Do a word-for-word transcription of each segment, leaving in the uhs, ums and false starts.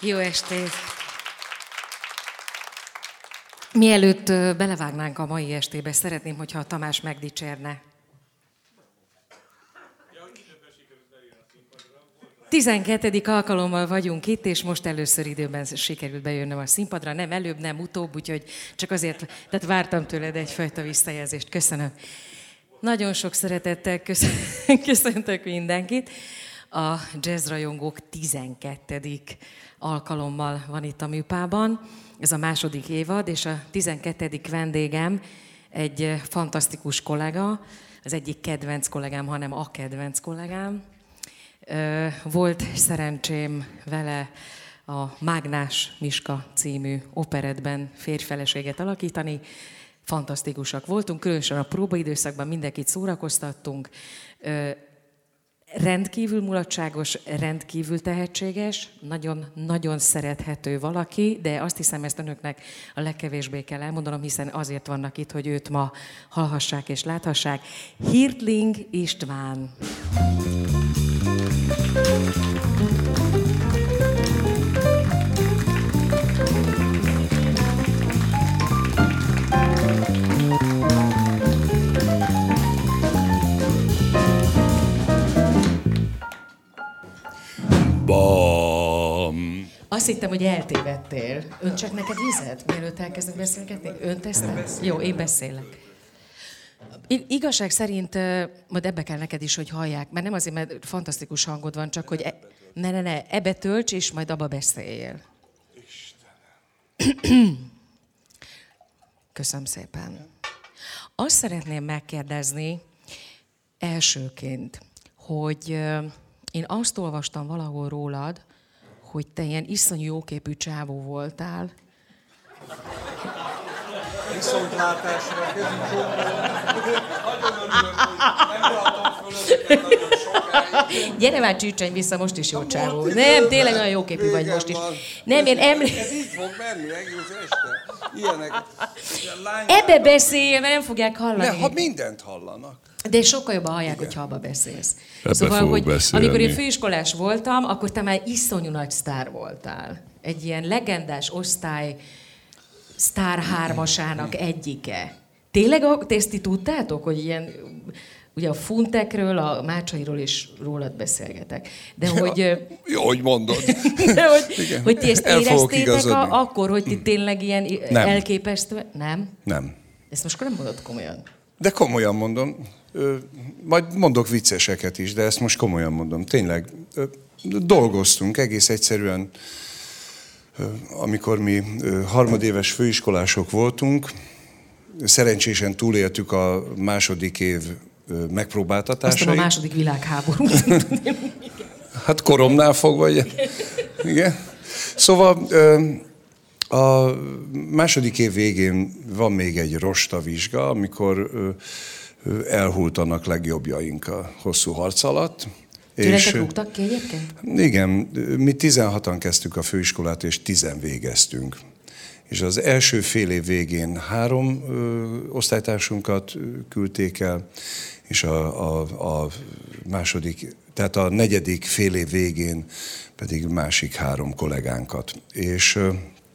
Jó estét! Mielőtt belevágnánk a mai estébe, szeretném, hogyha a Tamás megdicsérne. tizenkettedik alkalommal vagyunk itt, és most először időben sikerült bejönnöm a színpadra. Nem előbb, nem utóbb, úgyhogy csak azért, tehát vártam tőled egyfajta visszajelzést. Köszönöm. Nagyon sok szeretettel köszöntök mindenkit. A jazzrajongók tizenkettedik alkalommal van itt a műpában. Ez a második évad, és a tizenkettedik vendégem egy fantasztikus kollega, az egyik kedvenc kollégám, hanem a kedvenc kollégám. Volt szerencsém vele a Mágnás Miska című operettben férjfeleséget alakítani. Fantasztikusak voltunk, különösen a próbaidőszakban mindenkit szórakoztattunk. Rendkívül mulatságos, rendkívül tehetséges, nagyon-nagyon szerethető valaki, de azt hiszem, ezt önöknek a legkevésbé kell elmondanom, hiszen azért vannak itt, hogy őt ma hallhassák és láthassák. Hirtling István. Bam. Azt hittem, hogy eltévedtél. Ön csak neked vizet, mielőtt elkezdünk beszélgetni? Ön tesztel? Jó, én beszélek. Igazság szerint, majd ebbe kell neked is, hogy hallják, mert nem azért, mert fantasztikus hangod van, csak hogy e, ne, ne, ne, ebbe tölts, és majd abba beszéljél. Istenem. Köszönöm szépen. Azt szeretném megkérdezni elsőként, hogy én azt olvastam valahol rólad, hogy te ilyen iszonyú jóképű csávó voltál. Viszontlátásra, kezünk zsongolom. Nagyon örülök, hogy nem voltam föl ezeket nagyon sokáig. Gyere már csücseny vissza, most is jó csávó. Nem, tényleg nagyon jóképű vagy most is. Nem, én emlékszem. Ez így fog menni egész este. Ilyenek. Ebbe beszélj, mert nem fogják hallani. Ne, ha mindent hallanak. De sokkal jobban hallják, hogy abba beszélsz. Ebbe szóval, hogy beszélni. amikor én főiskolás voltam, akkor te már iszonyú nagy sztár voltál. Egy ilyen legendás osztály sztár hármasának egyike. Tényleg te ezt ti tudtátok, hogy ilyen, ugye a Funtekről, a Mácsairól is rólad beszélgetek. De ja, hogy... Jó, hogy mondod. De hogy, hogy ti ezt éreztétek a, akkor, hogy ti tényleg ilyen nem. elképesztő... Nem? Nem. Ezt most nem mondod komolyan. De komolyan mondom. Ö, majd mondok vicceseket is, de ezt most komolyan mondom. Tényleg ö, dolgoztunk egész egyszerűen, ö, amikor mi ö, harmadéves főiskolások voltunk, szerencsésen túléltük a második év ö, megpróbáltatásait. Aztán a második világháborút. Hát koromnál fogva, igen. Szóval ö, a második év végén van még egy rostavizsga, amikor ö, elhultanak legjobbjaink a hosszú harc alatt. Tőletek rúgtak ki egyébként? Igen, mi tizenhatan kezdtük a főiskolát, és tizen végeztünk. És az első fél év végén három ö, osztálytársunkat küldték el, és a, a, a második, tehát a negyedik fél év végén pedig másik három kollégánkat. És ö,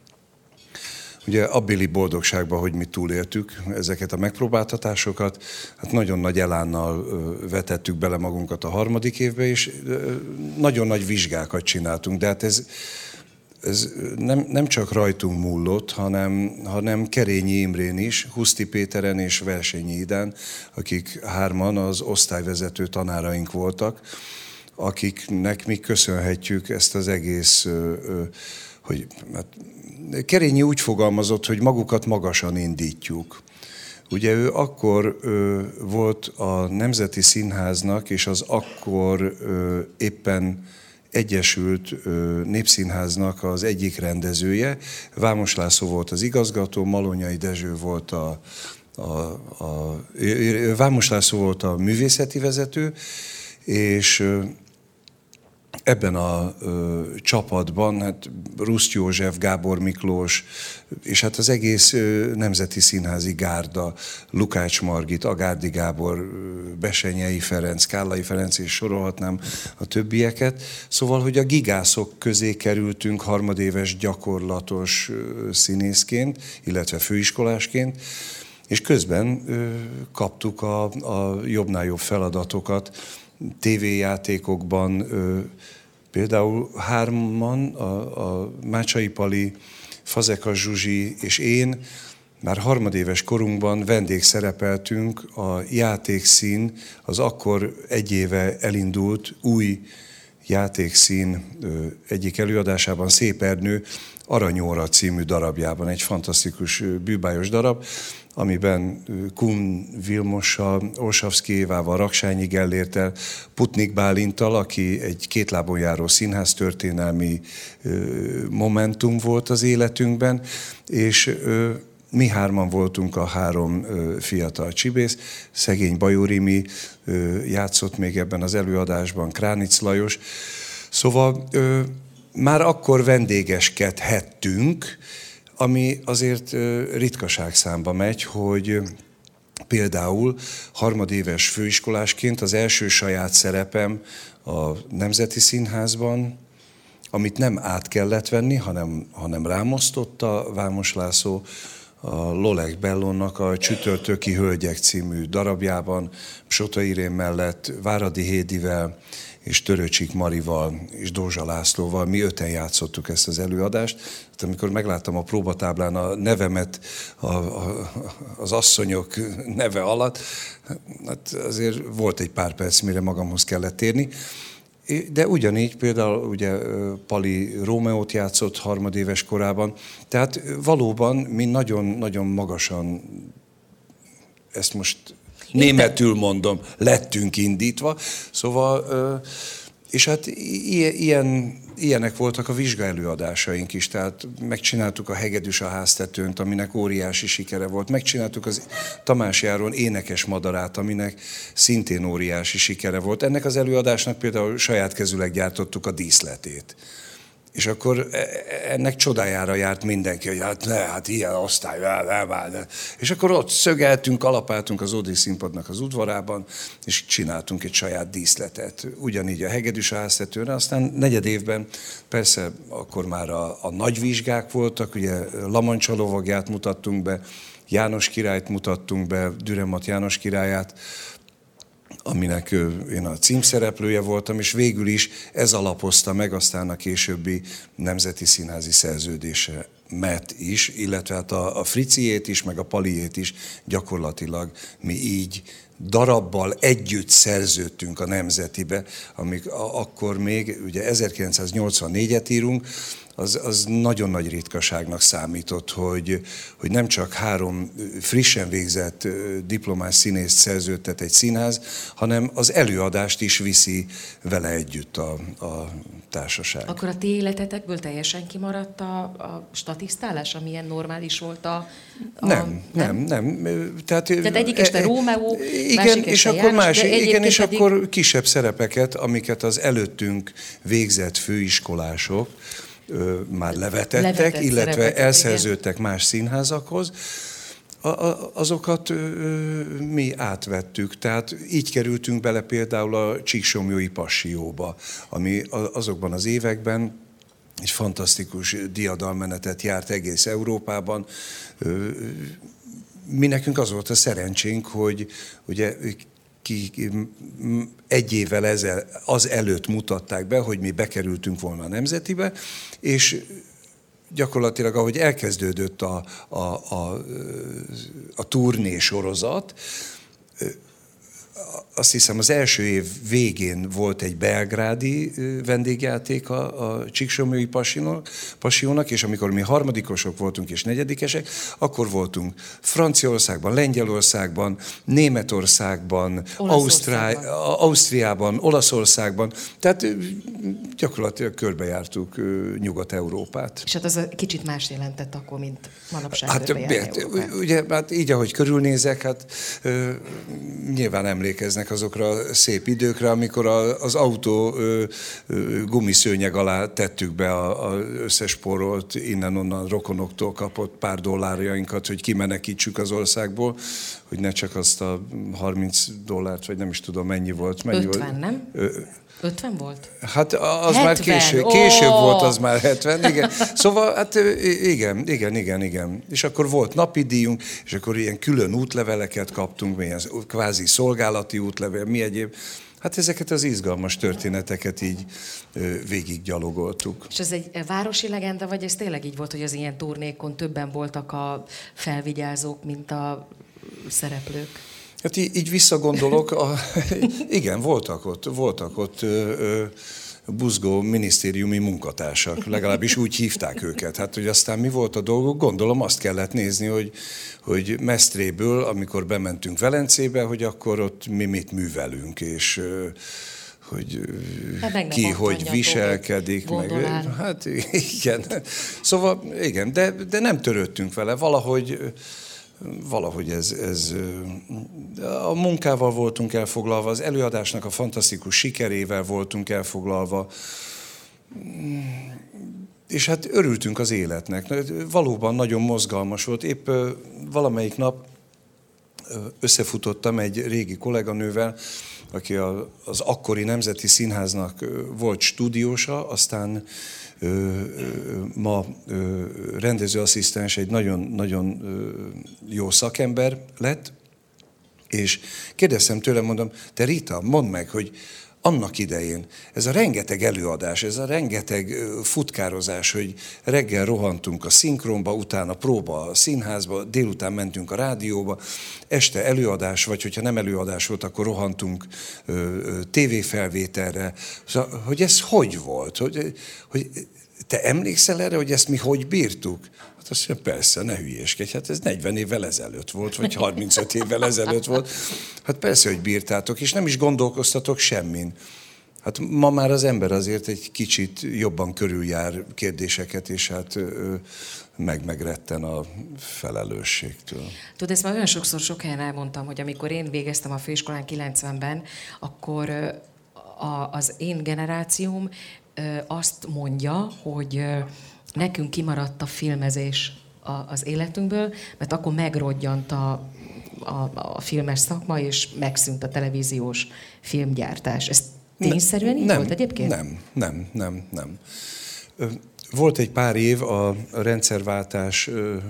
ugye abbéli boldogságban, hogy mi túléltük ezeket a megpróbáltatásokat, hát nagyon nagy elánnal vetettük bele magunkat a harmadik évbe, és nagyon nagy vizsgákat csináltunk. De hát ez, ez nem, nem csak rajtunk múlott, hanem, hanem Kerényi Imrén is, Huszti Péteren és Versényi Idán, akik hárman az osztályvezető tanáraink voltak, akiknek mi köszönhetjük ezt az egész, hogy... Hát, Kerényi úgy fogalmazott, hogy magukat magasan indítjuk. Ugye ő akkor ö, volt a Nemzeti Színháznak és az akkor ö, éppen egyesült ö, Népszínháznak az egyik rendezője. Vámos László volt az igazgató, Malonyai Dezső volt a, a, a Vámos László volt a művészeti vezető, és ö, ebben a ö, csapatban hát Ruszt József, Gábor Miklós, és hát az egész ö, Nemzeti Színházi gárda, Lukács Margit, Agárdi Gábor, Besenyei Ferenc, Kállai Ferenc, és sorolhatnám a többieket. Szóval, hogy a gigászok közé kerültünk harmadéves gyakorlatos ö, színészként, illetve főiskolásként, és közben ö, kaptuk a, a jobbnál jobb feladatokat, tévéjátékokban, ö, például hárman, a, a Mácsai Pali, Fazekas Zsuzsi és én már harmadéves korunkban vendégszerepeltünk a Játékszín, az akkor egy éve elindult új Játékszín ö, egyik előadásában, Szép Ernő Aranyóra című darabjában, egy fantasztikus bűbájos darab, amiben Kun Vilmossal, Olsavszky Évával, Raksányi Gellérttel, Putnik Bálinttal, aki egy kétlábon járó színháztörténelmi momentum volt az életünkben, és mi hárman voltunk a három fiatal csibész, szegény Bajorimi játszott még ebben az előadásban, Kránic Lajos. Szóval már akkor vendégeskedhettünk, ami azért ritkaságszámba megy, hogy például harmadéves főiskolásként az első saját szerepem a Nemzeti Színházban, amit nem át kellett venni, hanem, hanem rám osztotta Vámos László, a Lolek Bellonnak a Csütörtöki Hölgyek című darabjában, Psota Irén mellett Váradi Hédivel és Töröcsik Marival és Dózsa Lászlóval, mi öten játszottuk ezt az előadást. Hát, amikor megláttam a próbatáblán a nevemet a, a, az asszonyok neve alatt, hát azért volt egy pár perc, mire magamhoz kellett térni. De ugyanígy például ugye Pali Rómeót játszott harmadéves korában, tehát valóban mi nagyon-nagyon magasan, ezt most németül mondom, lettünk indítva, szóval, és hát ilyen, ilyenek voltak a vizsgaelőadásaink is, tehát megcsináltuk a Hegedűs a háztetőnt, aminek óriási sikere volt, megcsináltuk az Tamás Járon Énekes Madarát, aminek szintén óriási sikere volt. Ennek az előadásnak például saját kezüleg gyártottuk a díszletét. És akkor ennek csodájára járt mindenki, hogy hát ne, hát ilyen osztály, ne, ne, ne. És akkor ott szögeltünk, kalapáltunk az Ódé Színpadnak az udvarában, és csináltunk egy saját díszletet. Ugyanígy a Hegedűs háztetőre, aztán negyed évben persze akkor már a, a nagy vizsgák voltak, ugye Lamancsa lovagját mutattunk be, János királyt mutattunk be, Dürrenmatt János királyát, aminek én a címszereplője voltam, és végül is ez alapozta meg aztán a későbbi Nemzeti Színházi szerződésemet is, illetve hát a, a Friciét is, meg a Paliét is gyakorlatilag mi így darabbal együtt szerződtünk a Nemzetibe, amik a, akkor még, ugye ezerkilencszáznyolcvannégyet írunk, az, az nagyon nagy ritkaságnak számított, hogy, hogy nem csak három frissen végzett diplomás színészt szerződtet egy színház, hanem az előadást is viszi vele együtt a, a társaság. Akkor a ti életetekből teljesen kimaradt a, a statisztálás, amilyen normális volt a... a nem, nem, nem, nem. Tehát, Tehát egyik este Rómeó, igen, másik és este akkor János, másik, igen, és pedig... akkor kisebb szerepeket, amiket az előttünk végzett főiskolások már levetettek, Levetett illetve elszerződtek igen. más színházakhoz, a, a, azokat ö, mi átvettük. Tehát így kerültünk bele például a Csíksomlyói Passióba, ami azokban az években egy fantasztikus diadalmenetet járt egész Európában. Mi nekünk az volt a szerencsénk, hogy ugye ki egy évvel ezel, az előtt mutatták be, hogy mi bekerültünk volna a Nemzetibe, és gyakorlatilag, ahogy elkezdődött a, a, a, a turné sorozat, azt hiszem az első év végén volt egy belgrádi vendégjáték a, a Csíksomlyói Passiónak, és amikor mi harmadikosok voltunk és negyedikesek, akkor voltunk Franciaországban, Lengyelországban, Németországban, Ausztrá- Ausztriában, Olaszországban, tehát gyakorlatilag körbejártuk Nyugat-Európát. És hát az a kicsit más jelentett akkor, mint manapság hát, körbejárni Európát. Ugye, hát így, ahogy körülnézek, hát nyilván emlékszem, emlékeznek azokra a szép időkre, amikor a, az autó ö, ö, gumiszőnyeg alá tettük be az összespórolt, innen-onnan rokonoktól kapott pár dollárjainkat, hogy kimenekítsük az országból, hogy ne csak azt a harminc dollárt, vagy nem is tudom mennyi volt. Mennyi ötven, volt? nem? Ö, ötven volt? Hát az hetven. már késő, később oh. volt, az már hetven, igen. Szóval hát igen, igen, igen, igen. És akkor volt napi díjunk, és akkor ilyen külön útleveleket kaptunk, milyen kvázi szolgálati útlevél, mi egyéb. Hát ezeket az izgalmas történeteket így végig gyalogoltuk. És ez egy városi legenda, vagy ez tényleg így volt, hogy az ilyen turnékon többen voltak a felvigyázók, mint a szereplők? Hát így, így visszagondolok, a, igen, voltak ott, voltak ott ö, ö, buzgó minisztériumi munkatársak, legalábbis úgy hívták őket. Hát, hogy aztán mi volt a dolguk, gondolom azt kellett nézni, hogy, hogy Mesztréből, amikor bementünk Velencébe, hogy akkor ott mi mit művelünk, és ö, hogy hát ki hogy viselkedik. Meg, hát igen. Szóval igen, de, de nem törődtünk vele, valahogy... Valahogy ez, ez a munkával voltunk elfoglalva, az előadásnak a fantasztikus sikerével voltunk elfoglalva, és hát örültünk az életnek. Valóban nagyon mozgalmas volt. Épp valamelyik nap összefutottam egy régi kolléganővel, aki az akkori Nemzeti Színháznak volt stúdiósa, aztán Ö, ö, ma ö, rendezőasszisztens, egy nagyon-nagyon jó szakember lett, és kérdeztem tőle, mondom, te Rita, mondd meg, hogy annak idején ez a rengeteg előadás, ez a rengeteg futkározás, hogy reggel rohantunk a szinkronba, utána próba a színházba, délután mentünk a rádióba, este előadás, vagy hogyha nem előadás volt, akkor rohantunk tévéfelvételre. Szóval, hogy ez hogy volt? Hogy, hogy te emlékszel erre, hogy ezt mi hogy bírtuk? Hát azt mondja, persze, ne hülyéskedj, hát ez negyven évvel ezelőtt volt, vagy harmincöt évvel ezelőtt volt. Hát persze, hogy bírtátok, és nem is gondolkoztatok semmin. Hát ma már az ember azért egy kicsit jobban körüljár kérdéseket, és hát meg-megretten a felelősségtől. Tudod, ezt már olyan sokszor sok helyen elmondtam, hogy amikor én végeztem a főiskolán kilencvenben, akkor a, az én generációm azt mondja, hogy nekünk kimaradt a filmezés az életünkből, mert akkor megrodjant a, a, a filmes szakma, és megszűnt a televíziós filmgyártás. Ez tényszerűen így nem, volt egyébként? Nem, nem, nem, nem. Volt egy pár év a rendszerváltás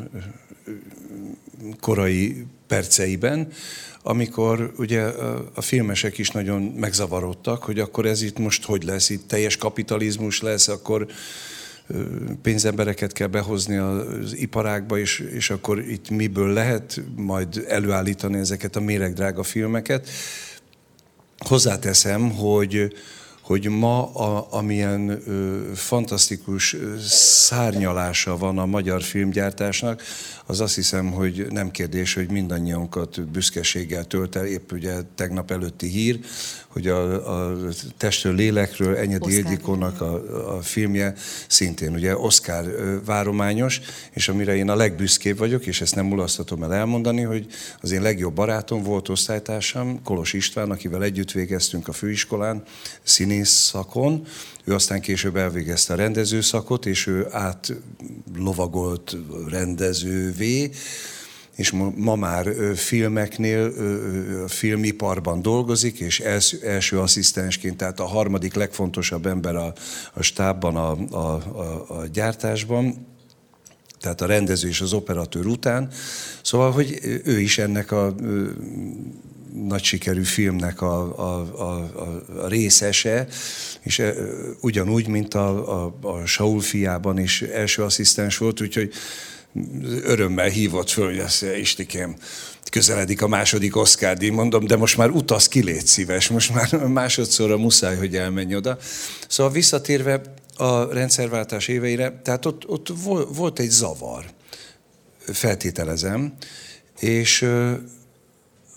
korai perceiben, amikor ugye a filmesek is nagyon megzavarodtak, hogy akkor ez itt most hogy lesz, itt teljes kapitalizmus lesz, akkor pénzembereket kell behozni az iparágba, és, és akkor itt miből lehet majd előállítani ezeket a méregdrága filmeket. Hozzáteszem, hogy, hogy ma a, amilyen ö, fantasztikus ö, szárnyalása van a magyar filmgyártásnak, az azt hiszem, hogy nem kérdés, hogy mindannyiunkat büszkeséggel tölt el. Épp ugye tegnap előtti hír, hogy a, a Testről lélekről Enyedi Ildikónak a, a filmje szintén ugye Oscar várományos, és amire én a legbüszkébb vagyok, és ezt nem mulasztatom el elmondani, hogy az én legjobb barátom volt osztálytársam, Kolos István, akivel együtt végeztünk a főiskolán, színész szakon. Ő aztán később elvégezte a rendezőszakot, és ő átlovagolt rendezővé, és ma már filmeknél, filmiparban dolgozik, és első, első asszisztensként, tehát a harmadik legfontosabb ember a, a stábban, a, a, a, a gyártásban, tehát a rendező és az operatőr után. Szóval, hogy ő is ennek a nagy sikerű filmnek a, a, a, a részese, és ugyanúgy, mint a, a, a Saul fiában is első asszisztens volt, úgyhogy örömmel hívott föl, hogy azt mondja, Istikém, közeledik a második Oscar-díj, mondom, de most már utaz ki, légy szíves, most már másodszorra muszáj, hogy elmenj oda. Szóval visszatérve a rendszerváltás éveire, tehát ott, ott volt egy zavar, feltételezem, és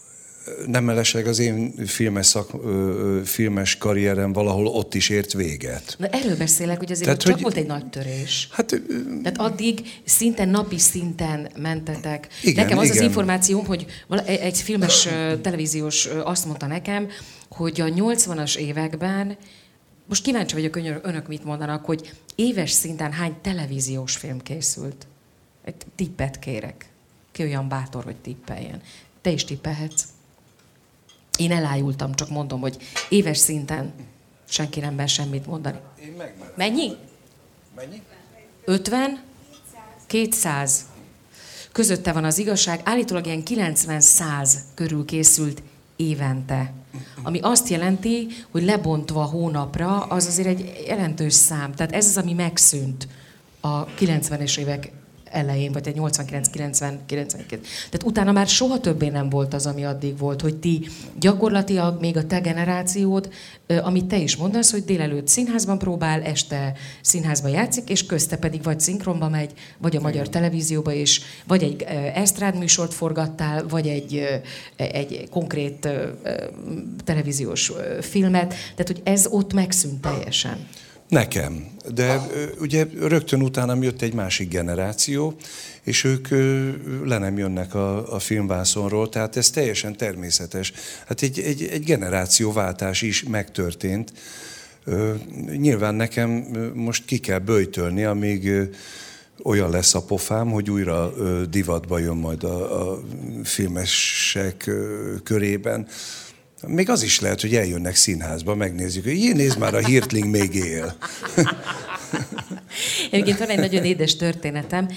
nem mellesleg az én filmes, szak, filmes karrierem valahol ott is ért véget. Na erről beszélek, hogy azért Tehát, csak hogy, volt egy nagy törés. Hát, Tehát addig szinten, napi szinten mentetek. Igen, nekem az igen. az információm, hogy egy filmes televíziós azt mondta nekem, hogy a nyolcvanas években, most kíváncsi vagyok, hogy önök mit mondanak, hogy éves szinten hány televíziós film készült. Egy tippet kérek. Ki olyan bátor, hogy tippeljen. Te is tippelhetsz. Én elájultam, csak mondom, hogy éves szinten senki nem mer semmit mondani. Én megmerem. Mennyi? Mennyi? ötven? kétszáz. Közötte van az igazság. Állítólag ilyen kilencven-száz körül készült évente. Ami azt jelenti, hogy lebontva hónapra, az azért egy jelentős szám. Tehát ez az, ami megszűnt a kilencvenes évek elején, vagy egy nyolcvankilenc kilencven kilencvenkilenc. Tehát utána már soha többé nem volt az, ami addig volt, hogy ti gyakorlatilag még a te generációd, amit te is mondasz, hogy délelőtt színházban próbál, este színházban játszik, és közte pedig vagy szinkronba megy, vagy a magyar televízióba is, vagy egy esztrád műsort forgattál, vagy egy, egy konkrét televíziós filmet. Tehát, hogy ez ott megszűnt teljesen. Nekem. De ugye rögtön utána jött egy másik generáció, és ők le nem jönnek a, a filmvászonról, tehát ez teljesen természetes. Hát egy, egy, egy generációváltás is megtörtént. Nyilván nekem most ki kell böjtölni, amíg olyan lesz a pofám, hogy újra divatba jön majd a, a filmesek körében. Még az is lehet, hogy eljönnek színházba, megnézzük, hogy jé, nézd már, a Hirtling még él. Egyébként van egy nagyon édes történetem.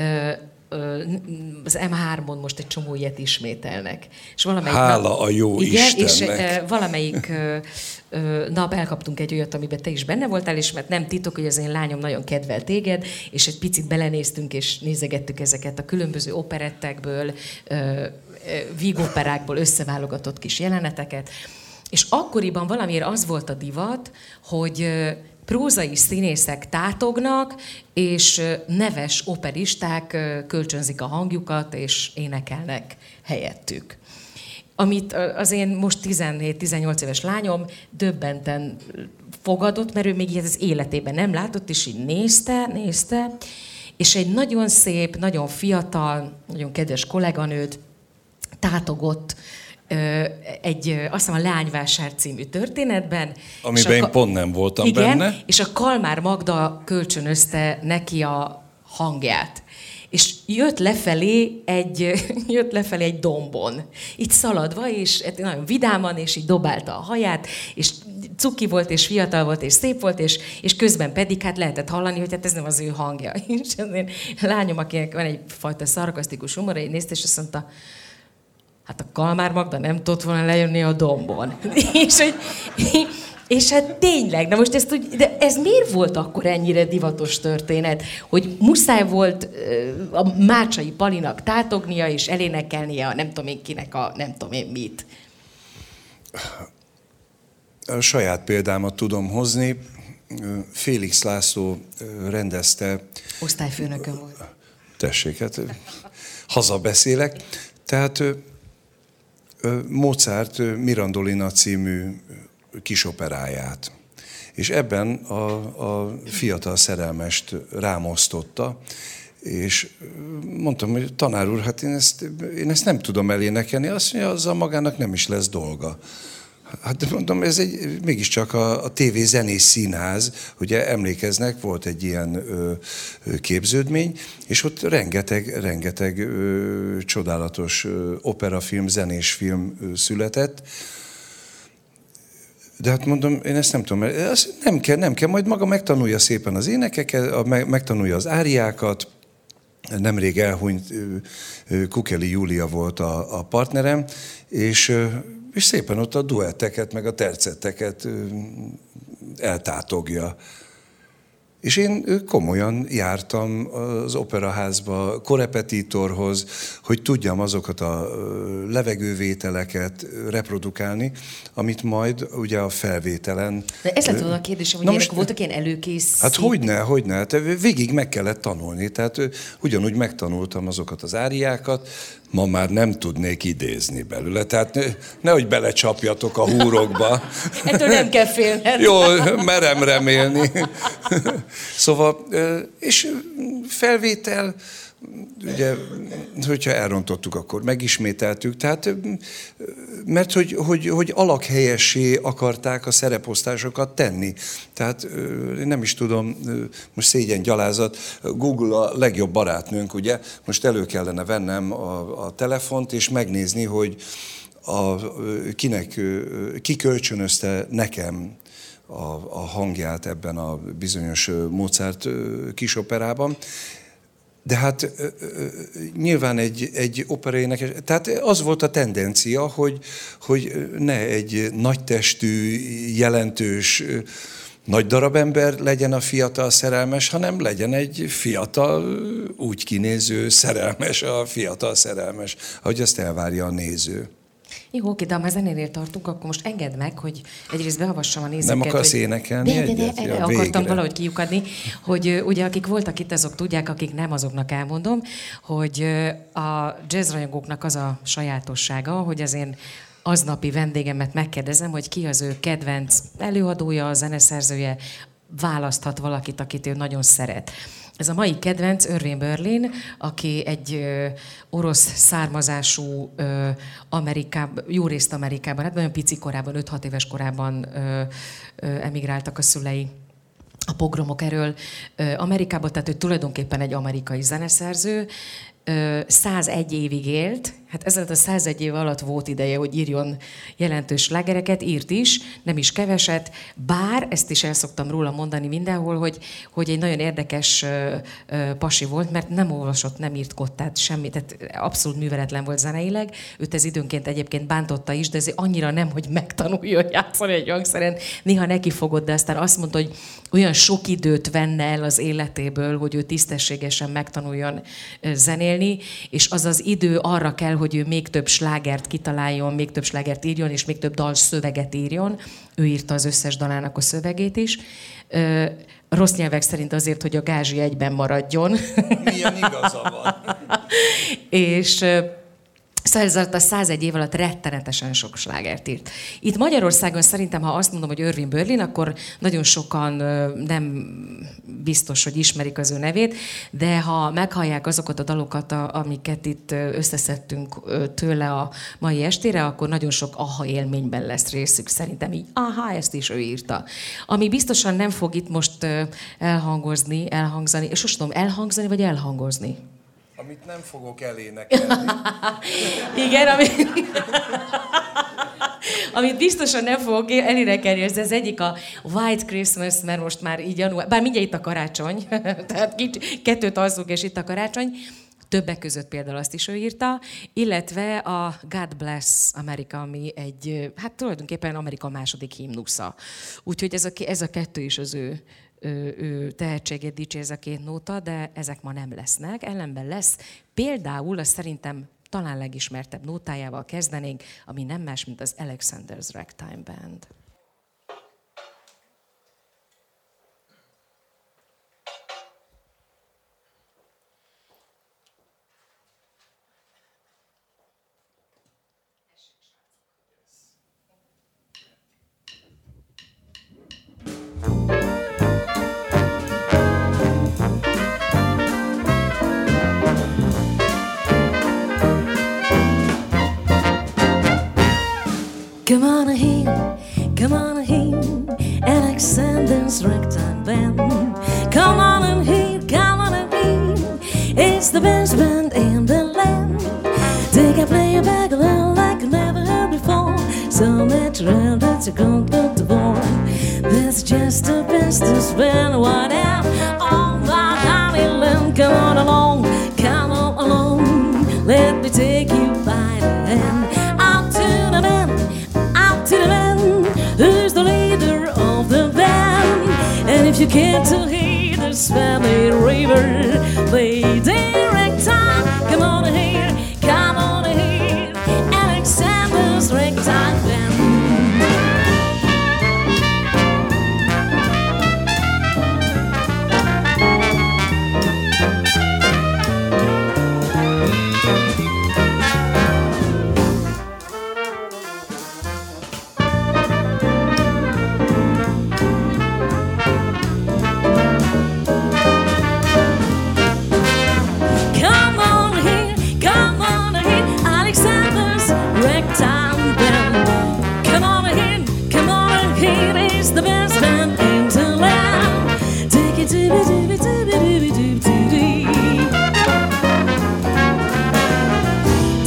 Az em hármon most egy csomó ilyet ismételnek. És valamelyik Hála nap, a jó igen, Istennek. És valamelyik nap elkaptunk egy olyat, amiben te is benne voltál, és mert nem titok, hogy az én lányom nagyon kedvel téged, és egy picit belenéztünk, és nézegettük ezeket a különböző operettekből, vígoperákból összeválogatott kis jeleneteket. És akkoriban valamiért az volt a divat, hogy prózai színészek tátognak, és neves operisták kölcsönzik a hangjukat, és énekelnek helyettük. Amit az én most tizenhét-tizennyolc éves lányom döbbenten fogadott, mert ő még ilyet az életében nem látott, és így nézte, nézte, és egy nagyon szép, nagyon fiatal, nagyon kedves kolléganőd tátogott egy, azt hiszem, a Leányvásár című történetben. Amiben én pont nem voltam igen, benne. És a Kalmár Magda kölcsönözte neki a hangját. És jött lefelé egy, jött lefelé egy dombon, így szaladva, és nagyon vidáman, és így dobálta a haját, és cuki volt, és fiatal volt, és szép volt, és, és közben pedig hát lehetett hallani, hogy hát ez nem az ő hangja. És az én lányom, akinek van egyfajta szarkasztikus humora, így nézte, és azt mondta, hát a Kalmár Magda nem tudott volna lejönni a dombon. és, hogy, és hát tényleg, de most ezt úgy, de ez miért volt akkor ennyire divatos történet, hogy muszáj volt a Mácsai Palinak tátognia és elénekelnie a nem tudom én kinek a nem tudom én mit? A saját példámat tudom hozni. Félix László rendezte... Osztályfőnökön volt. Tessék, hát hazabeszélek. Tehát Mozart Mirandolina című kisoperáját. És ebben a, a fiatal szerelmest rámosztotta, és mondtam, hogy tanár úr, hát én ezt, én ezt nem tudom elénekelni, azt mondja, azzal magának nem is lesz dolga. Hát mondom, ez egy, mégiscsak a, a té vé Zenés Színház, ugye emlékeznek, volt egy ilyen ö, ö, képződmény, és ott rengeteg, rengeteg ö, csodálatos ö, operafilm, zenés film ö, született. De hát mondom, én ezt nem tudom, ezt nem kell, nem kell, majd maga megtanulja szépen az énekeket, megtanulja az áriákat. Nemrég elhunyt Kukeli Júlia volt a, a partnerem, és és szépen ott a duetteket, meg a tercetteket eltátogja. És én komolyan jártam az operaházba, korepetitorhoz, hogy tudjam azokat a levegővételeket reprodukálni, amit majd ugye a felvételen... De ez lett volna a kérdésem, hogy most, voltak ilyen előkész... Hát hogyne, hogyne. Hát végig meg kellett tanulni. Tehát ugyanúgy megtanultam azokat az áriákat, ma már nem tudnék idézni belőle. Tehát nehogy belecsapjatok a húrokba. Ettől nem kell félned. Jó, merem remélni. Szóval, és felvétel, ugye, hogyha elrontottuk, akkor megismételtük, tehát, mert hogy, hogy, hogy alakhelyessé akarták a szereposztásokat tenni. Tehát nem is tudom, most szégyen gyalázat, Google a legjobb barátnőnk, ugye, most elő kellene vennem a, a telefont, és megnézni, hogy a, kinek, ki kölcsönözte nekem a, a hangját ebben a bizonyos Mozart kisoperában. De hát nyilván egy, egy operaénekes, tehát az volt a tendencia, hogy, hogy ne egy nagytestű, jelentős, nagy darab ember legyen a fiatal szerelmes, hanem legyen egy fiatal, úgy kinéző szerelmes, a fiatal szerelmes, ahogy azt elvárja a néző. Jó, oké, de ha már zenénél tartunk, akkor most engedd meg, hogy egyrészt beavassam a nézőket. Nem akarsz hogy... énekelni de, de, de, egyet? de, Ja, akartam végre. valahogy kiukadni, hogy ugye akik voltak itt, azok tudják, akik nem, azoknak elmondom, hogy a jazzrajongóknak az a sajátossága, hogy az én aznapi vendégemet megkérdezem, hogy ki az ő kedvenc előadója, zeneszerzője, választhat valakit, akit ő nagyon szeret. Ez a mai kedvenc Irving Berlin, aki egy ö, orosz származású, ö, Amerikában, jó részt Amerikában, hát nagyon pici korában, öt-hat éves korában ö, ö, emigráltak a szülei a pogromok erről ö, Amerikába, tehát ő tulajdonképpen egy amerikai zeneszerző, százegy évig élt, hát ezzel a százegy év alatt volt ideje, hogy írjon jelentős slágereket, írt is, nem is keveset, bár ezt is el szoktam róla mondani mindenhol, hogy, hogy egy nagyon érdekes ö, ö, pasi volt, mert nem olvasott, nem írt kottát, semmit, tehát abszolút műveletlen volt zeneileg, őt ez időnként egyébként bántotta is, de ez annyira nem, hogy megtanuljon játszani egy hangszeren, néha neki fogott, de aztán azt mondta, hogy olyan sok időt venne el az életéből, hogy ő tisztességesen megtanuljon zenélni, és az az idő arra kell, hogy ő még több slágert kitaláljon, még több slágert írjon, és még több dalszöveget írjon. Ő írta az összes dalának a szövegét is. Ö, rossz nyelvek szerint azért, hogy a gázsi egyben maradjon. Milyen igaza van. és... Szóval ez a százegy év alatt rettenetesen sok slágert írt. Itt Magyarországon szerintem, ha azt mondom, hogy Irving Berlin, akkor nagyon sokan nem biztos, hogy ismerik az ő nevét, de ha meghallják azokat a dalokat, amiket itt összeszedtünk tőle a mai estére, akkor nagyon sok aha élményben lesz részük. Szerintem így, aha, ezt is ő írta. Ami biztosan nem fog itt most elhangozni, elhangzani, és most tudom, elhangzani vagy elhangozni? Amit nem fogok elénekelni. Igen, amit, amit biztosan nem fogok elénekelni, ez az egyik a White Christmas, mert most már így január, bár mindjárt itt a karácsony, tehát kettőt alszunk, és itt a karácsony. Többek között például azt is ő írta, illetve a God Bless America, ami egy, hát tulajdonképpen Amerika második himnusza. Úgyhogy ez a, ez a kettő is az ő Ő, ő tehetségét dicsér, a két nóta, de ezek ma nem lesznek. Ellenben lesz például, azt szerintem talán legismertebb nótájával kezdenénk, ami nem más, mint az Alexander's Ragtime Band. Come on here, come on here, Alexander's Ragtime Band. Come on and hear, come on and hear, it's the best band in the land. They can play a back like never heard before, so natural that you can't put the ball. That's just the best to spend one out on my honey land. Come on along, come on along, let me take you by the hand. Out to the band, to the man who's the leader of the band. And if you care to hear the Spanish River play direct time, come on here, come on here, Alexander's Ragtime Band.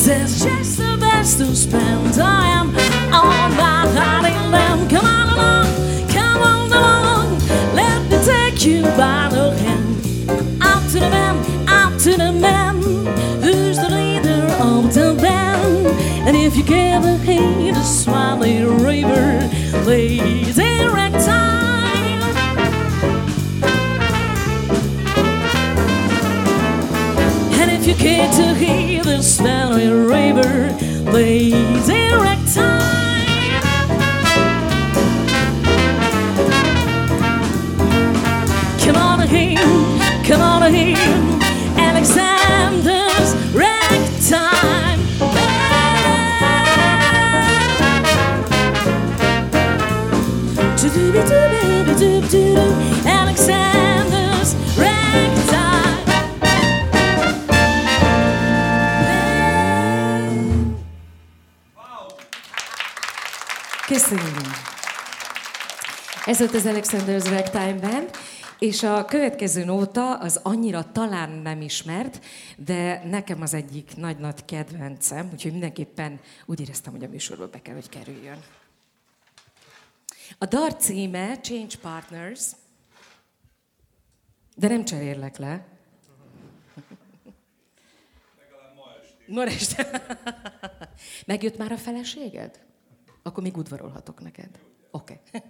There's just the best to spend. I am all about hiding them. Come on along, come on along. Let me take you by the hand. Up to the man, up to the man who's the leader of the band. And if you ever hear the Smiley River, please erect time. And if you care to hear the Smiley River, please erect time. Come on in, come on in, Alexander's ragtime. Alexander's ragtime. Köszönjük! Ez volt az Alexander's Ragtime Band, és a következő nóta az annyira talán nem ismert, de nekem az egyik nagy-nagy kedvencem, úgyhogy mindenképpen úgy éreztem, hogy a műsorba be kell, hogy kerüljön. A dal címe Change Partners, de nem cserélek le. Legalább ma este. Ma este. Megjött már a feleséged? Akkor még udvarolhatok neked. Oké. Okay.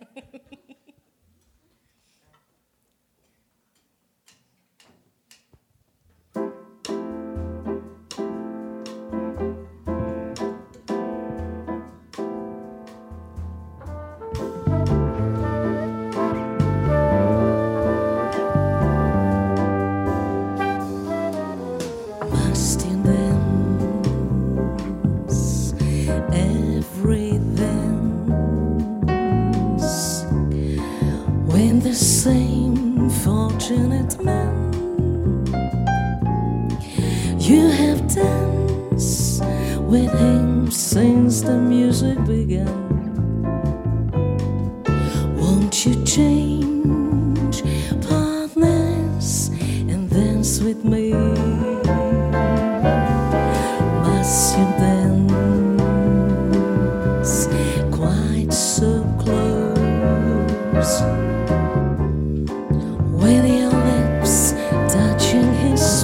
The same fortunate man you have danced with him since the music began. Won't you change partners and dance with me? Must you dance quite so close? With your lips touching his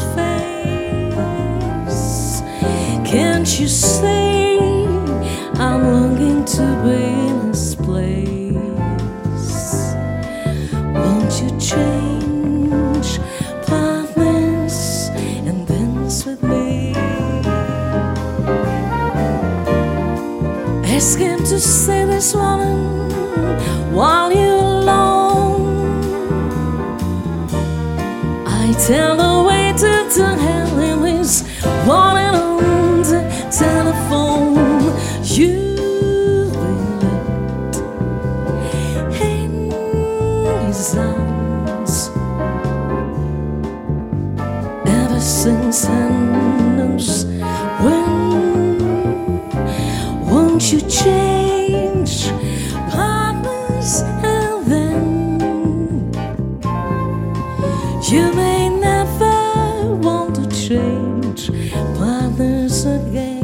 face, can't you say I'm longing to be in his place? Won't you change partners and dance with me? Ask him to say this woman while you're alone. I tell the waiter to hand him his wallet on the telephone. You've been left in his arms ever since I knows when. Won't you change partners and then you may never want to change partners again.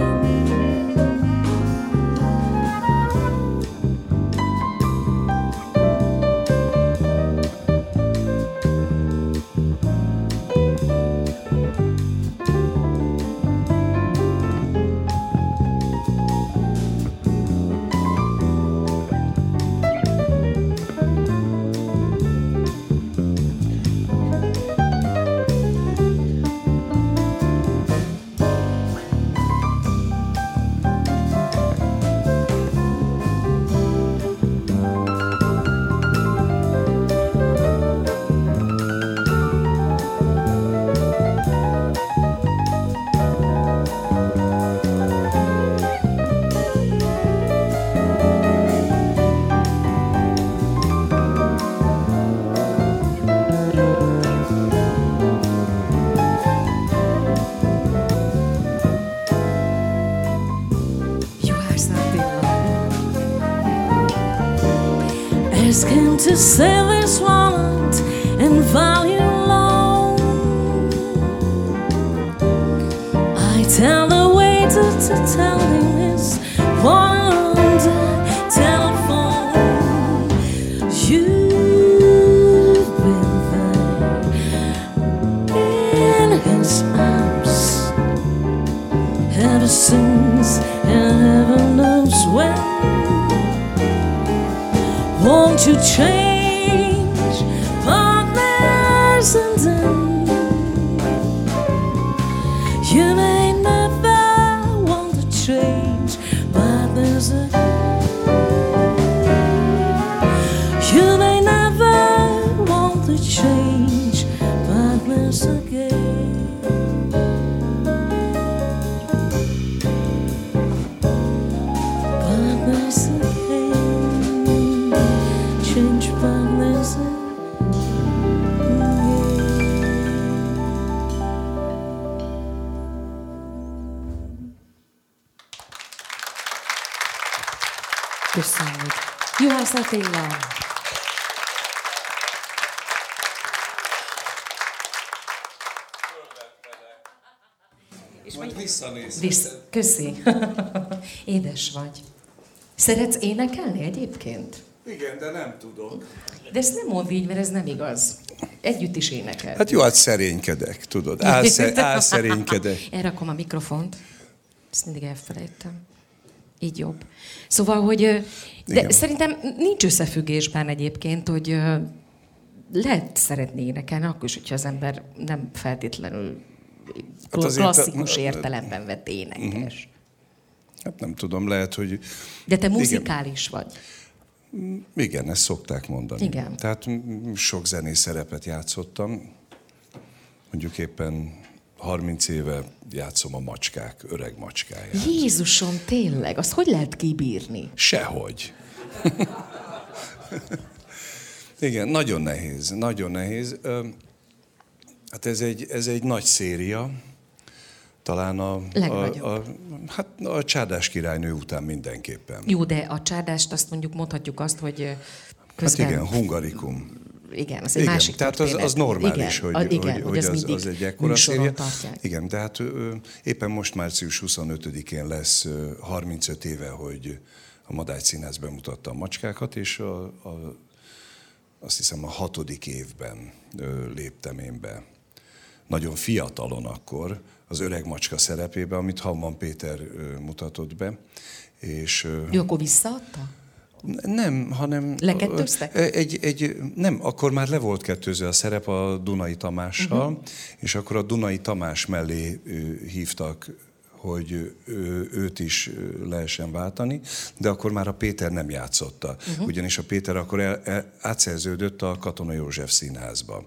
Ask him to sell his wallet and value loan. I tell the waiter wanted to tell him his one on the telephone. You've been there in his arms ever since, and heaven knows when. Won't you change partners and then you may never want to change partners again. You may never want to change partners again. Partners again. Change partners again. Köszönjük. Juhász Attila. És majd visszanézheted. Vissz. Köszi. Édes vagy. Szeretsz énekelni egyébként? Igen, de nem tudok. De ezt nem mondd így, mert ez nem igaz. Együtt is énekel. Hát jó, hát szerénykedek, tudod. Álszer, álszerénykedek. Elrakom a mikrofont. Ezt mindig elfelejtem. Így jobb. Szóval, hogy... De Igen. szerintem nincs összefüggésben egyébként, hogy lehet szeretni énekelni, akkor is, hogyha az ember nem feltétlenül Hát azért klasszikus a- értelemben vett énekes. Hát nem tudom, lehet, hogy... De te Igen. muzikális vagy. Igen, ezt szokták mondani. Igen. Tehát mm, sok zenés szerepet játszottam. Mondjuk éppen harminc éve játszom a Macskák öreg macskáját. Jézusom, tényleg, azt hogy lehet kibírni? Sehogy. Igen, nagyon nehéz, nagyon nehéz. Ö, Hát ez egy, ez egy nagy széria. Talán a, a, Legnagyobb. a, hát a Csárdás királynő után mindenképpen. Jó, de a csádást azt mondjuk mondhatjuk azt, hogy Hát közben... igen, hungarikum. Igen, az egy Igen, másik tehát az, történet. az normális, igen, hogy, a, igen, hogy, hogy hogy az, az, mindig az egy ekkora műsoron széria. tartják. Igen, tehát ö, éppen most március huszonötödikén lesz ö, harmincöt éve, hogy a Madács Színház bemutatta a Macskákat, és a, a, azt hiszem a hatodik évben ö, léptem én be. Nagyon fiatalon akkor, az öreg macska szerepébe, amit Hamman Péter ö, mutatott be. És, ö, Jó, akkor visszaadta? nem, hanem... Lekettőztek? Egy, egy, nem, akkor már le volt kettőzve a szerep a Dunai Tamással, uh-huh. és akkor a Dunai Tamás mellé ö, hívtak, hogy ő, őt is lehessen váltani, de akkor már a Péter nem játszotta. Uh-huh. Ugyanis a Péter akkor el, el, átszerződött a Katona József Színházba.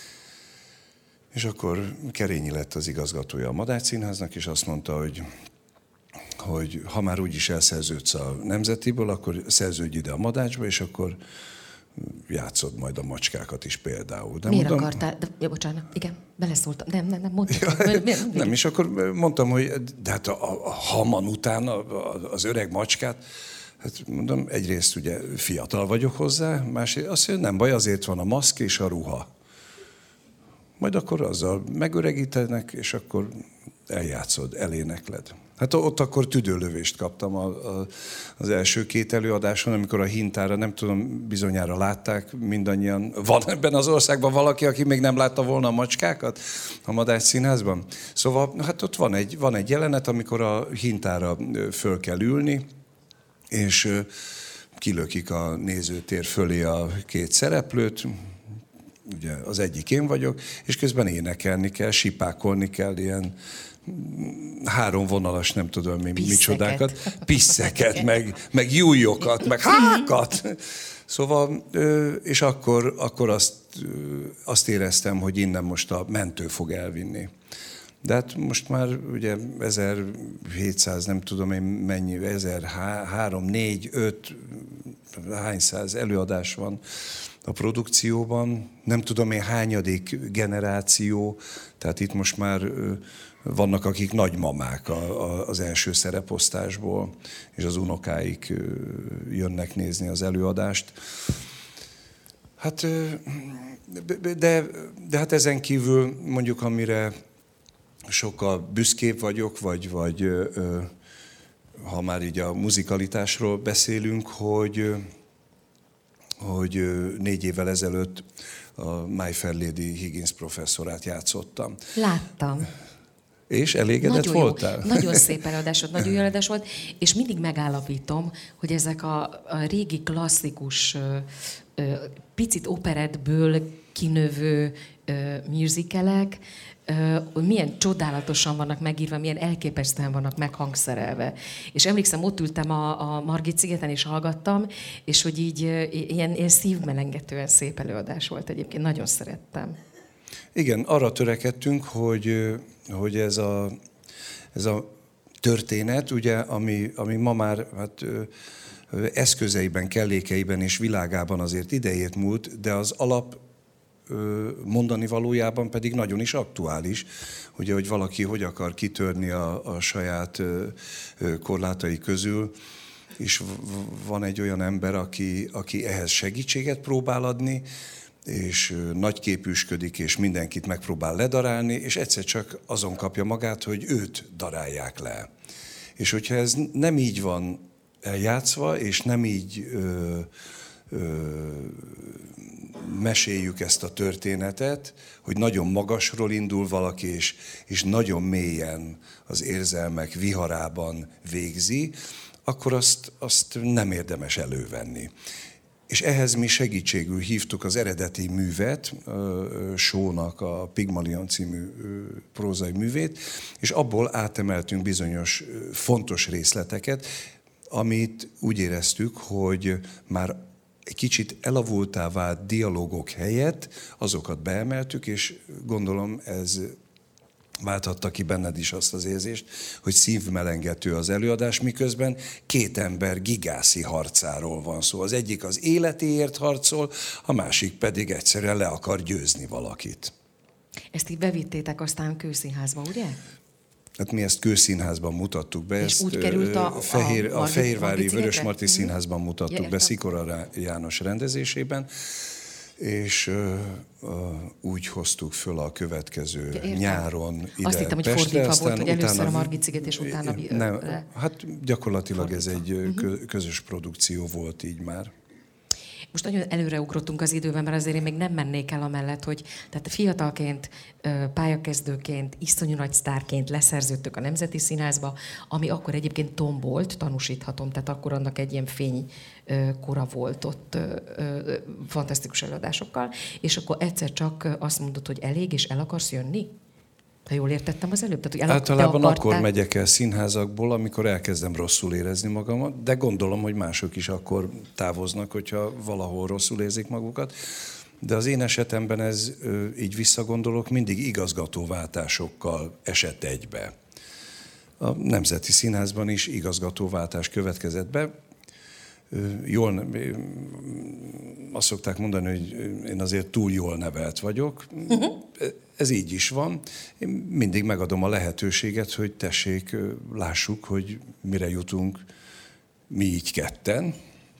És akkor Kerényi lett az igazgatója a Madács Színháznak, és azt mondta, hogy hogy ha már úgyis elszerződsz a Nemzetiből, akkor szerződj ide a Madácsba, és akkor játszod majd a Macskákat is például. De Miért mondom, akartál? De, ja, bocsánat, igen, beleszóltam. Nem, nem, nem, mondtam. Ja, nem, és akkor mondtam, hogy de hát a, a Hamman után a, a, az öreg Macskát, hát mondom, egyrészt ugye fiatal vagyok hozzá, másrészt azt mondja, nem baj, azért van a maszk és a ruha. Majd akkor azzal megöregítenek, és akkor eljátszod, elénekled. Hát ott akkor tüdőlövést kaptam a, a, az első két előadáson, amikor a hintára, nem tudom, bizonyára látták mindannyian. Van ebben az országban valaki, aki még nem látta volna a Macskákat a Madács Színházban? Szóval hát ott van egy, van egy jelenet, amikor a hintára föl kell ülni, és kilökik a nézőtér fölé a két szereplőt, ugye az egyik én vagyok, és közben énekelni kell, sipákolni kell, ilyen három vonalas, nem tudom mi, micsodákat, pisszeket, meg, meg jújokat, meg hákat. Szóval, és akkor, akkor azt, azt éreztem, hogy innen most a mentő fog elvinni. De hát most már ugye ezerhétszáz, nem tudom én mennyi, ezerhárom, négy, öt, hány száz előadás van a produkcióban. Nem tudom én hányadik generáció, tehát itt most már vannak, akik nagymamák az első szereposztásból, és az unokáik jönnek nézni az előadást. Hát, de, de hát ezen kívül mondjuk, amire sokkal büszkébb vagyok, vagy, vagy ö, ha már így a muzikalitásról beszélünk, hogy, hogy négy évvel ezelőtt a My Fair Lady Higgins professzorát játszottam. Láttam. És elégedett nagyon voltál? Jó, nagyon szép előadás volt, nagyon jó előadás volt, és mindig megállapítom, hogy ezek a, a régi klasszikus, ö, ö, picit operettből kinövő ö, musicalek, hogy milyen csodálatosan vannak megírva, milyen elképesztően vannak meghangszerelve. És emlékszem, ott ültem a, a Margit szigeten, és hallgattam, és hogy így ilyen, ilyen szívmelengetően szép előadás volt egyébként. Nagyon szerettem. Igen, arra törekedtünk, hogy, hogy ez, a, ez a történet, ugye, ami, ami ma már hát, eszközeiben, kellékeiben és világában azért idejét múlt, de az alap mondani valójában pedig nagyon is aktuális, ugye, hogy valaki hogy akar kitörni a, a saját korlátai közül, és van egy olyan ember, aki, aki ehhez segítséget próbál adni, és nagyképűsködik, és mindenkit megpróbál ledarálni, és egyszer csak azon kapja magát, hogy őt darálják le. És hogyha ez nem így van eljátszva, és nem így ö, ö, meséljük ezt a történetet, hogy nagyon magasról indul valaki, és, és nagyon mélyen az érzelmek viharában végzi, akkor azt, azt nem érdemes elővenni. És ehhez mi segítségül hívtuk az eredeti művet, Shaw-nak a Pygmalion című prózai művét, és abból átemeltünk bizonyos fontos részleteket, amit úgy éreztük, hogy már egy kicsit elavultá vált dialógok helyett azokat beemeltük, és gondolom ez válthatta ki benned is azt az érzést, hogy szívmelengető az előadás, miközben két ember gigászi harcáról van szó. Az egyik az életéért harcol, a másik pedig egyszerűen le akar győzni valakit. Ezt így bevittétek aztán Kőszínházba, ugye? Hát mi ezt Kőszínházban mutattuk be. És ezt úgy került a, a, Fehér, a, a Margit, Fehérvári Vörösmarty mm-hmm. Színházban mutattuk ja, be, Szikora János rendezésében, és uh, uh, úgy hoztuk föl a következő ja, nyáron ide Azt hittem, hogy Pestre, fordítva aztán volt, hogy először utána, a Margit sziget, és utána... Nem, hát gyakorlatilag fordítva. Ez egy uh-huh. közös produkció volt így már. Most nagyon előreugrottunk az időben, mert azért én még nem mennék el amellett, hogy tehát fiatalként, pályakezdőként, iszonyú nagy sztárként leszerződtök a Nemzeti Színházba, ami akkor egyébként tombolt, tanúsíthatom, tehát akkor annak egy ilyen fénykora volt ott fantasztikus előadásokkal, és akkor egyszer csak azt mondod, hogy elég, és el akarsz jönni? Ha jól értettem az előbb? Tehát, hogy általában akkor megyek el színházakból, amikor elkezdem rosszul érezni magamat, de gondolom, hogy mások is akkor távoznak, hogyha valahol rosszul érzik magukat. De az én esetemben ez, így visszagondolok, mindig igazgatóváltásokkal esett egybe. A Nemzeti Színházban is igazgatóváltás következett be. Jól, azt szokták mondani, hogy én azért túl jól nevelt vagyok. Ez így is van. Én mindig megadom a lehetőséget, hogy tessék, lássuk, hogy mire jutunk mi így ketten.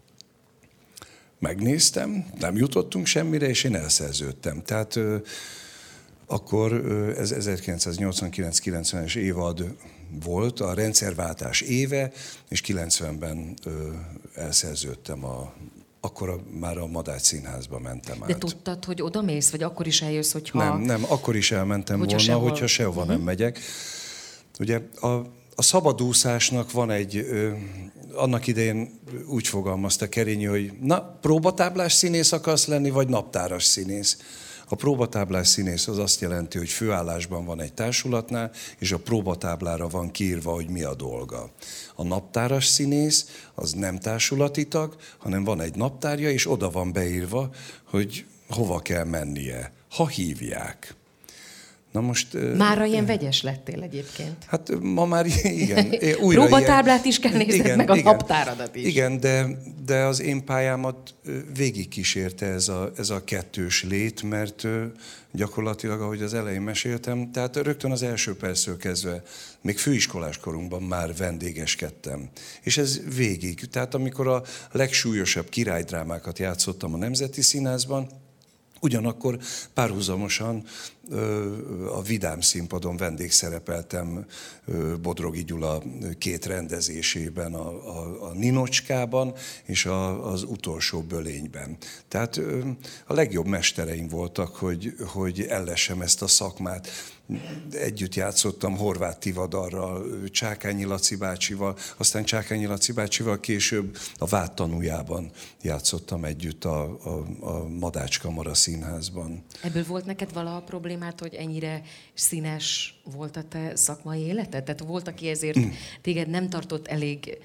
Megnéztem, nem jutottunk semmire, és én elszerződtem. Tehát akkor ez ezerkilencszáznyolcvankilenc kilencvenes évad volt, a rendszerváltás éve, és kilencvenben elszerződtem a akkor a, már a Madács Színházba mentem át. De tudtad, hogy oda mész, vagy akkor is eljössz, hogyha... Nem, nem, akkor is elmentem hogyha volna, sehol... hogyha sehova uh-huh. nem megyek. Ugye a, a szabadúszásnak van egy, ö, annak idején úgy fogalmazta Kerényi, hogy na, próbatáblás színész akarsz lenni, vagy naptáras színész? A próbatáblás színész az azt jelenti, hogy főállásban van egy társulatnál, és a próbatáblára van kiírva, hogy mi a dolga. A naptáras színész az nem társulati tag, hanem van egy naptárja, és oda van beírva, hogy hova kell mennie, ha hívják. Na most, Mára ilyen vegyes lettél egyébként. Hát ma már igen. Újra próbatáblát is kell nézned, igen, meg a igen, naptáradat is. Igen, de, de az én pályámat végigkísérte ez a, ez a kettős lét, mert gyakorlatilag, ahogy az elején meséltem, tehát rögtön az első perctől kezdve, még főiskolás korunkban már vendégeskedtem. És ez végig. Tehát amikor a legsúlyosabb királydrámákat játszottam a Nemzeti Színházban, ugyanakkor párhuzamosan a Vidám színpadon vendégszerepeltem Bodrogi Gyula két rendezésében, a, a, a Ninocskában és a, az Utolsó bölényben. Tehát a legjobb mestereim voltak, hogy, hogy ellessem ezt a szakmát. Együtt játszottam Horváth Tivadarral, Csákányi Laci bácsival, aztán Csákányi Laci bácsival később a Vád tanújában játszottam együtt a, a, a Madács Kamara Színházban. Ebből volt neked valaha problémát, hogy ennyire színes volt a te szakmai életed? Tehát volt, aki ezért téged nem tartott elég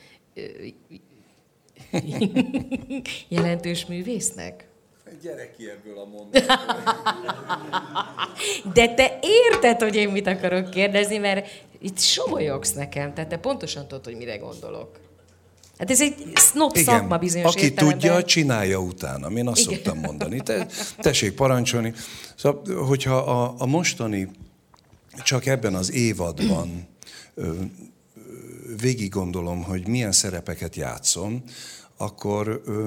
jelentős művésznek? Gyere ki ebből a mondatból. De te érted, hogy én mit akarok kérdezni, mert itt somolyogsz nekem, tehát te pontosan tudod, hogy mire gondolok. Hát ez egy snob szakma bizonyos aki értelemben. tudja, csinálja utána. Én azt Igen. szoktam mondani. Te, tessék parancsolni. Szóval, hogyha a, a mostani, csak ebben az évadban ö, végig gondolom, hogy milyen szerepeket játszom, akkor ö,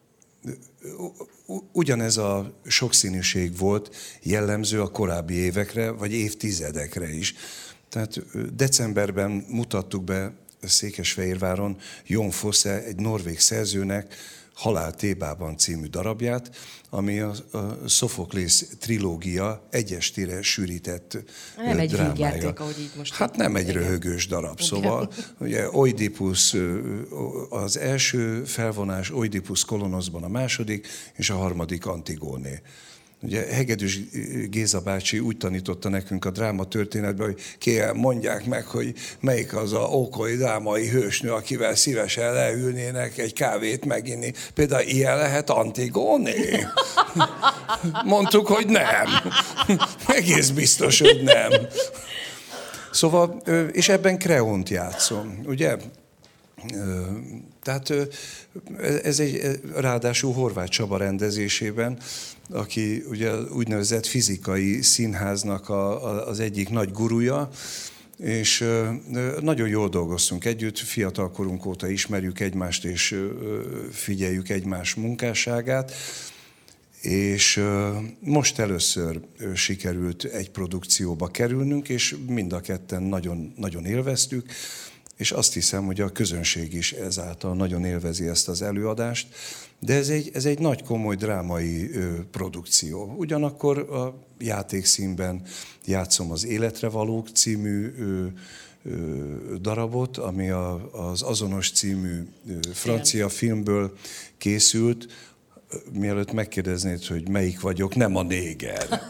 ugyanez a sokszínűség volt jellemző a korábbi évekre, vagy évtizedekre is. Tehát decemberben mutattuk be Székesfehérváron Jon Fosse, egy norvég szerzőnek Halál Thébában című darabját, ami a, a Sophoklész trilógia egy estére sűrített nem egy drámája. vígjáték, ahogy így most. Hát nem egy igen. röhögős darab. Igen. Szóval ugye Oidipus az első felvonás, Oidipus Kolonoszban a második, és a harmadik Antigóné. Ugye Hegedűs Géza bácsi úgy tanította nekünk a dráma történetben, hogy kérem, mondják meg, hogy melyik az a ókori drámai hősnő, akivel szívesen leülnének egy kávét meginni. Például ilyen lehet Antigóné? Mondtuk, hogy nem. Egész biztos, hogy nem. Szóval, és ebben Kreont játszom, ugye? Tehát ez egy ráadásul Horváth Csaba rendezésében, aki ugye úgynevezett fizikai színháznak a, a, az egyik nagy gurúja, és nagyon jól dolgoztunk együtt, fiatal korunk óta ismerjük egymást, és figyeljük egymás munkásságát, és most először sikerült egy produkcióba kerülnünk, és mind a ketten nagyon, nagyon élveztük, és azt hiszem, hogy a közönség is ezáltal nagyon élvezi ezt az előadást, de ez egy, ez egy nagy komoly drámai ö, produkció. Ugyanakkor a játékszínben játszom az Életre valók című ö, ö, darabot, ami a, az Azonos című ö, francia filmből készült. Mielőtt megkérdeznéd, hogy melyik vagyok, nem a néger.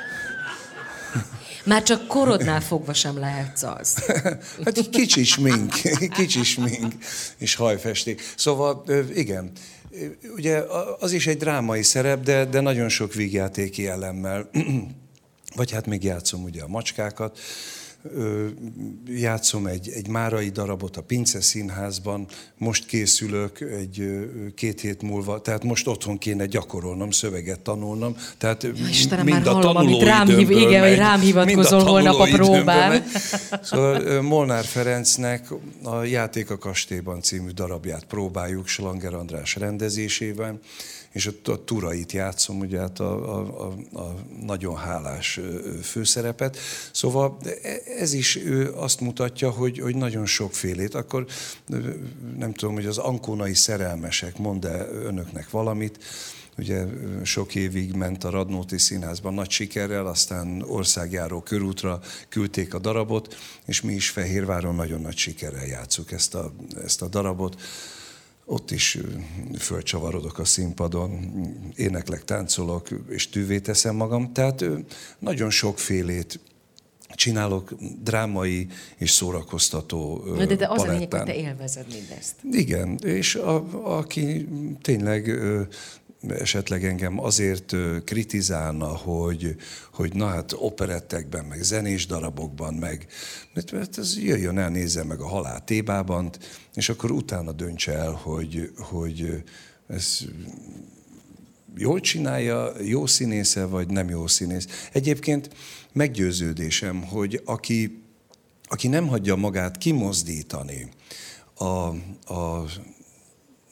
Már csak korodnál fogva sem lehetsz az. Hát egy kicsi smink, kicsi smink és hajfesték. Szóval igen, ugye az is egy drámai szerep, de, de nagyon sok vígjátéki elemmel. Vagy hát még játszom ugye a Macskákat, játszom egy, egy márai darabot a Pince Színházban, most készülök egy két hét múlva, tehát most otthon kéne gyakorolnom, szöveget tanulnom, tehát Istenem, mind már a hallom, amit rám, hív, igen, megy, rám hivatkozol holnap a próbán. Szóval Molnár Ferencnek a Játék a kastélyban című darabját próbáljuk Slanger András rendezésében, és ott a Turait játszom, ugye hát a, a, a, a nagyon hálás főszerepet. Szóval ez is azt mutatja, hogy, hogy nagyon sokfélét. Akkor nem tudom, hogy az ankónai szerelmesek, mond-e önöknek valamit. Ugye sok évig ment a Radnóti Színházban nagy sikerrel, aztán országjáró körútra küldték a darabot, és mi is Fehérváron nagyon nagy sikerrel játsszuk ezt a, ezt a darabot. Ott is fölcsavarodok a színpadon, éneklek, táncolok, és tűvé teszem magam. Tehát nagyon sokfélét csinálok, drámai és szórakoztató Na, de, de az palettán. a lényeg, hogy te élvezed mindezt. Igen, és a, aki tényleg esetleg engem azért kritizálna, hogy, hogy na hát operettekben, meg zenés darabokban, meg, mert ez jöjjön el, nézze meg a Halál Thébában, és akkor utána döntse el, hogy, hogy ez jól csinálja, jó színésze, vagy nem jó színész. Egyébként meggyőződésem, hogy aki, aki nem hagyja magát kimozdítani a, a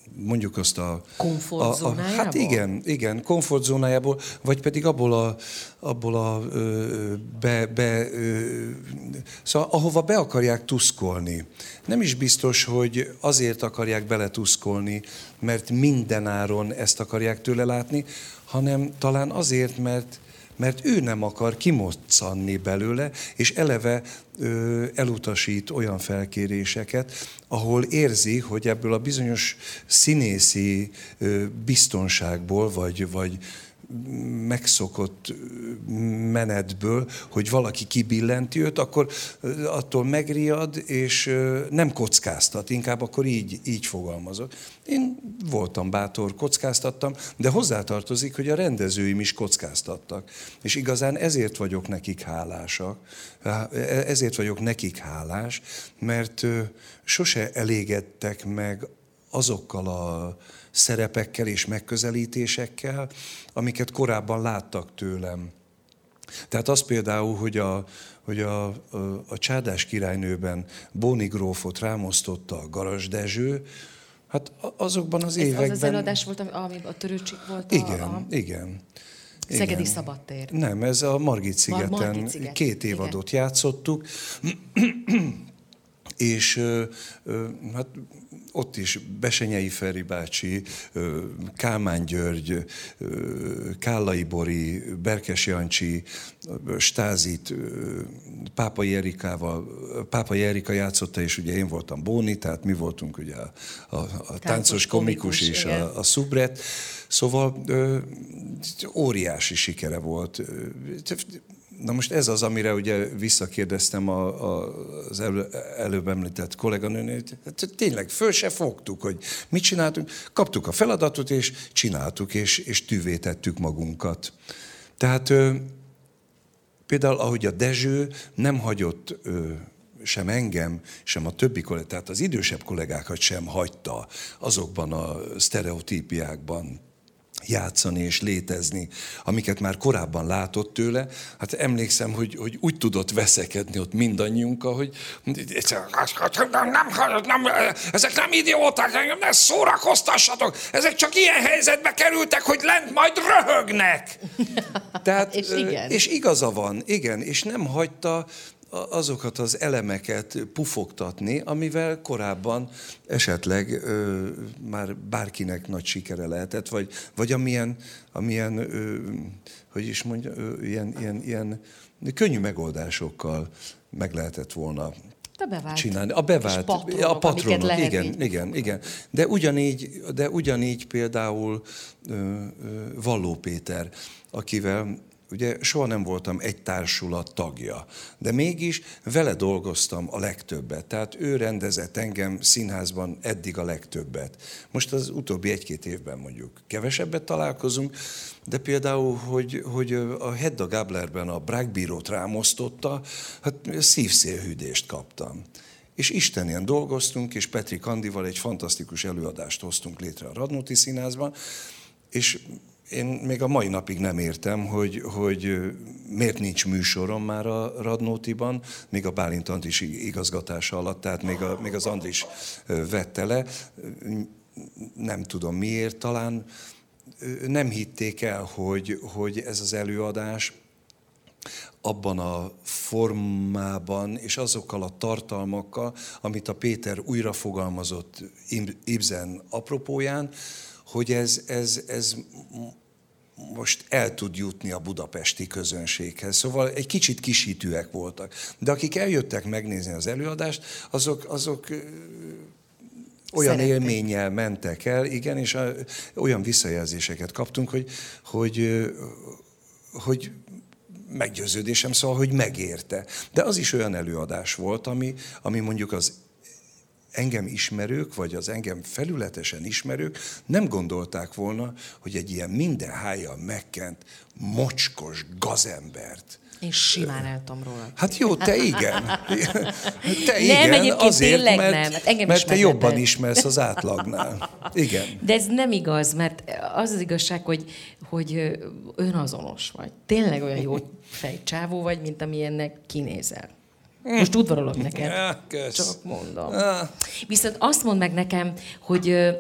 mondjuk azt a... Komfortzónájából? Hát igen, igen, komfortzónájából, vagy pedig abból a, abból a ö, be, be, ö, szóval ahova be akarják tuszkolni. Nem is biztos, hogy azért akarják beletuszkolni, mert mindenáron ezt akarják tőle látni, hanem talán azért, mert mert ő nem akar kimoccanni belőle, és eleve ö, elutasít olyan felkéréseket, ahol érzi, hogy ebből a bizonyos színészi ö, biztonságból, vagy, vagy megszokott menetből, hogy valaki kibillenti őt, akkor attól megriad, és nem kockáztat, inkább akkor így, így fogalmazok. Én voltam bátor, kockáztattam, de hozzátartozik, hogy a rendezőim is kockáztattak. És igazán ezért vagyok nekik hálásak, ezért vagyok nekik hálás, mert sose elégedtek meg azokkal a szerepekkel és megközelítésekkel, amiket korábban láttak tőlem. Tehát az például, hogy a, hogy a, a, a Csárdás királynőben Bóni grófot rámosztotta a Garas Dezső, hát azokban az Ez években... az az előadás volt, ami a Törőcsik volt? Igen, a, a... igen. Szegedi igen. Szabadtér. Nem, ez a Margit-szigeten Margit sziget. Két évadot igen. játszottuk, és ö, ö, hát ott is Besenyei Feri bácsi, ö, Kálmán György, ö, Kállai Bori, Berkes Jancsi, Stázit, ö, Pápai Erikával, Pápai Erika játszotta, és ugye én voltam Bóni, tehát mi voltunk ugye a, a, a táncos, táncos komikus, komikus és a, a szubret. Szóval ö, óriási sikere volt. Na most ez az, amire ugye visszakérdeztem a, a, az elő, előbb említett kolléganőnőt. Hát tényleg föl se fogtuk, hogy mit csináltunk. Kaptuk a feladatot, és csináltuk, és, és tűvé tettük magunkat. Tehát ö, például, ahogy a Dezső nem hagyott ö, sem engem, sem a többi kollégát, tehát az idősebb kollégákat sem hagyta azokban a sztereotípiákban játszani és létezni, amiket már korábban látott tőle. Hát emlékszem, hogy, hogy úgy tudott veszekedni ott mindannyiunkkal, hogy nem, nem, nem, ezek nem idióták, ne szórakoztassatok, ezek csak ilyen helyzetbe kerültek, hogy lent majd röhögnek. Tehát, és, igen. és igaza van, igen, és nem hagyta azokat az elemeket pufogtatni, amivel korábban esetleg ö, már bárkinek nagy sikere lehetett, vagy, vagy amilyen, amilyen ö, hogy is mondja, ö, ilyen, ilyen, ilyen könnyű megoldásokkal meg lehetett volna a bevált csinálni. A bevált, patronok, a patronok, igen, így. igen, igen. De ugyanígy, de ugyanígy például ö, ö, Valló Péter, akivel ugye soha nem voltam egy társulat tagja, de mégis vele dolgoztam a legtöbbet. Tehát ő rendezett engem színházban eddig a legtöbbet. Most az utóbbi egy-két évben mondjuk kevesebbet találkozunk, de például, hogy, hogy a Hedda Gablerben a Bragbírót rámosztotta, hát szívszélhűdést kaptam. És istenien dolgoztunk, és Petri Kandival egy fantasztikus előadást hoztunk létre a Radnóti Színházban, és én még a mai napig nem értem, hogy, hogy miért nincs műsorom már a Radnótiban, még a Bálint Andris igazgatása alatt, tehát még, a, még az Andris vette le. Nem tudom miért, talán nem hitték el, hogy, hogy ez az előadás abban a formában és azokkal a tartalmakkal, amit a Péter újra fogalmazott Ibsen apropóján, hogy ez, ez, ez most el tud jutni a budapesti közönséghez. Szóval egy kicsit kisítőek voltak. De akik eljöttek megnézni az előadást, azok, azok olyan Szerették. élménnyel mentek el, igen, és olyan visszajelzéseket kaptunk, hogy, hogy, hogy meggyőződésem, szóval, hogy megérte. De az is olyan előadás volt, ami, ami mondjuk az engem ismerők, vagy az engem felületesen ismerők nem gondolták volna, hogy egy ilyen minden hájjal megkent, mocskos gazembert. Én simán el tudom róla. Hát jó, te igen. Te nem, igen, azért, tényleg mert, nem. Hát engem mert te jobban meglepett. ismersz az átlagnál. Igen. De ez nem igaz, mert az az igazság, hogy, hogy önazonos vagy. Tényleg olyan jó fejcsávó vagy, mint amilyennek kinézel. Most udvarolok neked. Ja, csak mondom. Ja. Viszont azt mondd meg nekem, hogy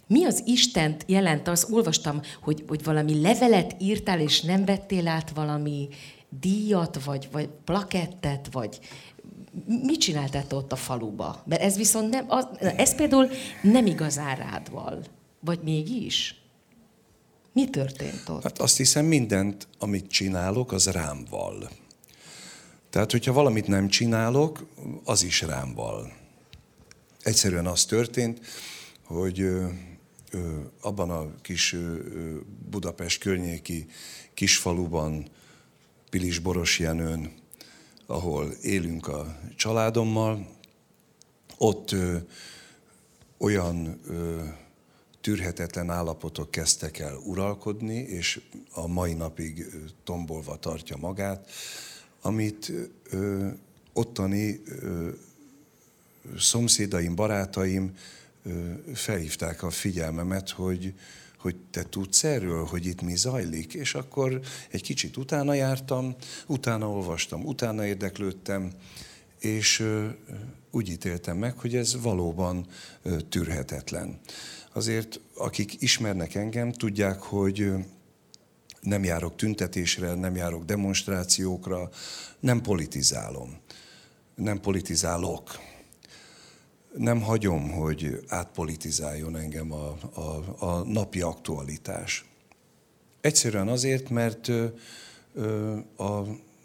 Mi az Istent jelent az? Olvastam, hogy, hogy valami levelet írtál, és nem vettél át valami díjat, vagy, vagy plakettet, vagy mit csináltál ott a faluba? Mert ez viszont nem, az, ez például nem igazán rád val. Vagy mégis? Mi történt ott? Hát azt hiszem, mindent, amit csinálok, az rám val. Tehát, hogyha valamit nem csinálok, az is rám val. Egyszerűen az történt, hogy ö, ö, abban a kis ö, Budapest környéki kisfaluban, Pilis-Borosjenőn, ahol élünk a családommal, ott ö, olyan ö, tűrhetetlen állapotok kezdtek el uralkodni, és a mai napig tombolva tartja magát, amit ö, ottani ö, szomszédaim, barátaim ö, felhívták a figyelmemet, hogy, hogy te tudsz erről, hogy itt mi zajlik, és akkor egy kicsit utána jártam, utána olvastam, utána érdeklődtem, és ö, úgy ítéltem meg, hogy ez valóban ö, tűrhetetlen. Azért, akik ismernek engem, tudják, hogy nem járok tüntetésre, nem járok demonstrációkra, nem politizálom, nem politizálok. Nem hagyom, hogy átpolitizáljon engem a, a, a napi aktualitás. Egyszerűen azért, mert ö, ö, a,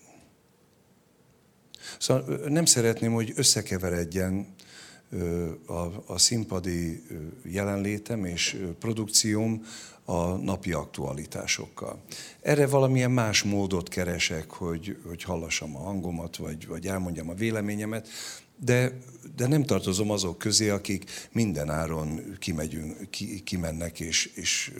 szóval nem szeretném, hogy összekeveredjen A, a színpadi jelenlétem és produkcióm a napi aktualitásokkal. Erre valamilyen más módot keresek, hogy, hogy hallassam a hangomat, vagy, vagy elmondjam a véleményemet, de, de nem tartozom azok közé, akik minden áron kimegyünk, ki, kimennek, és, és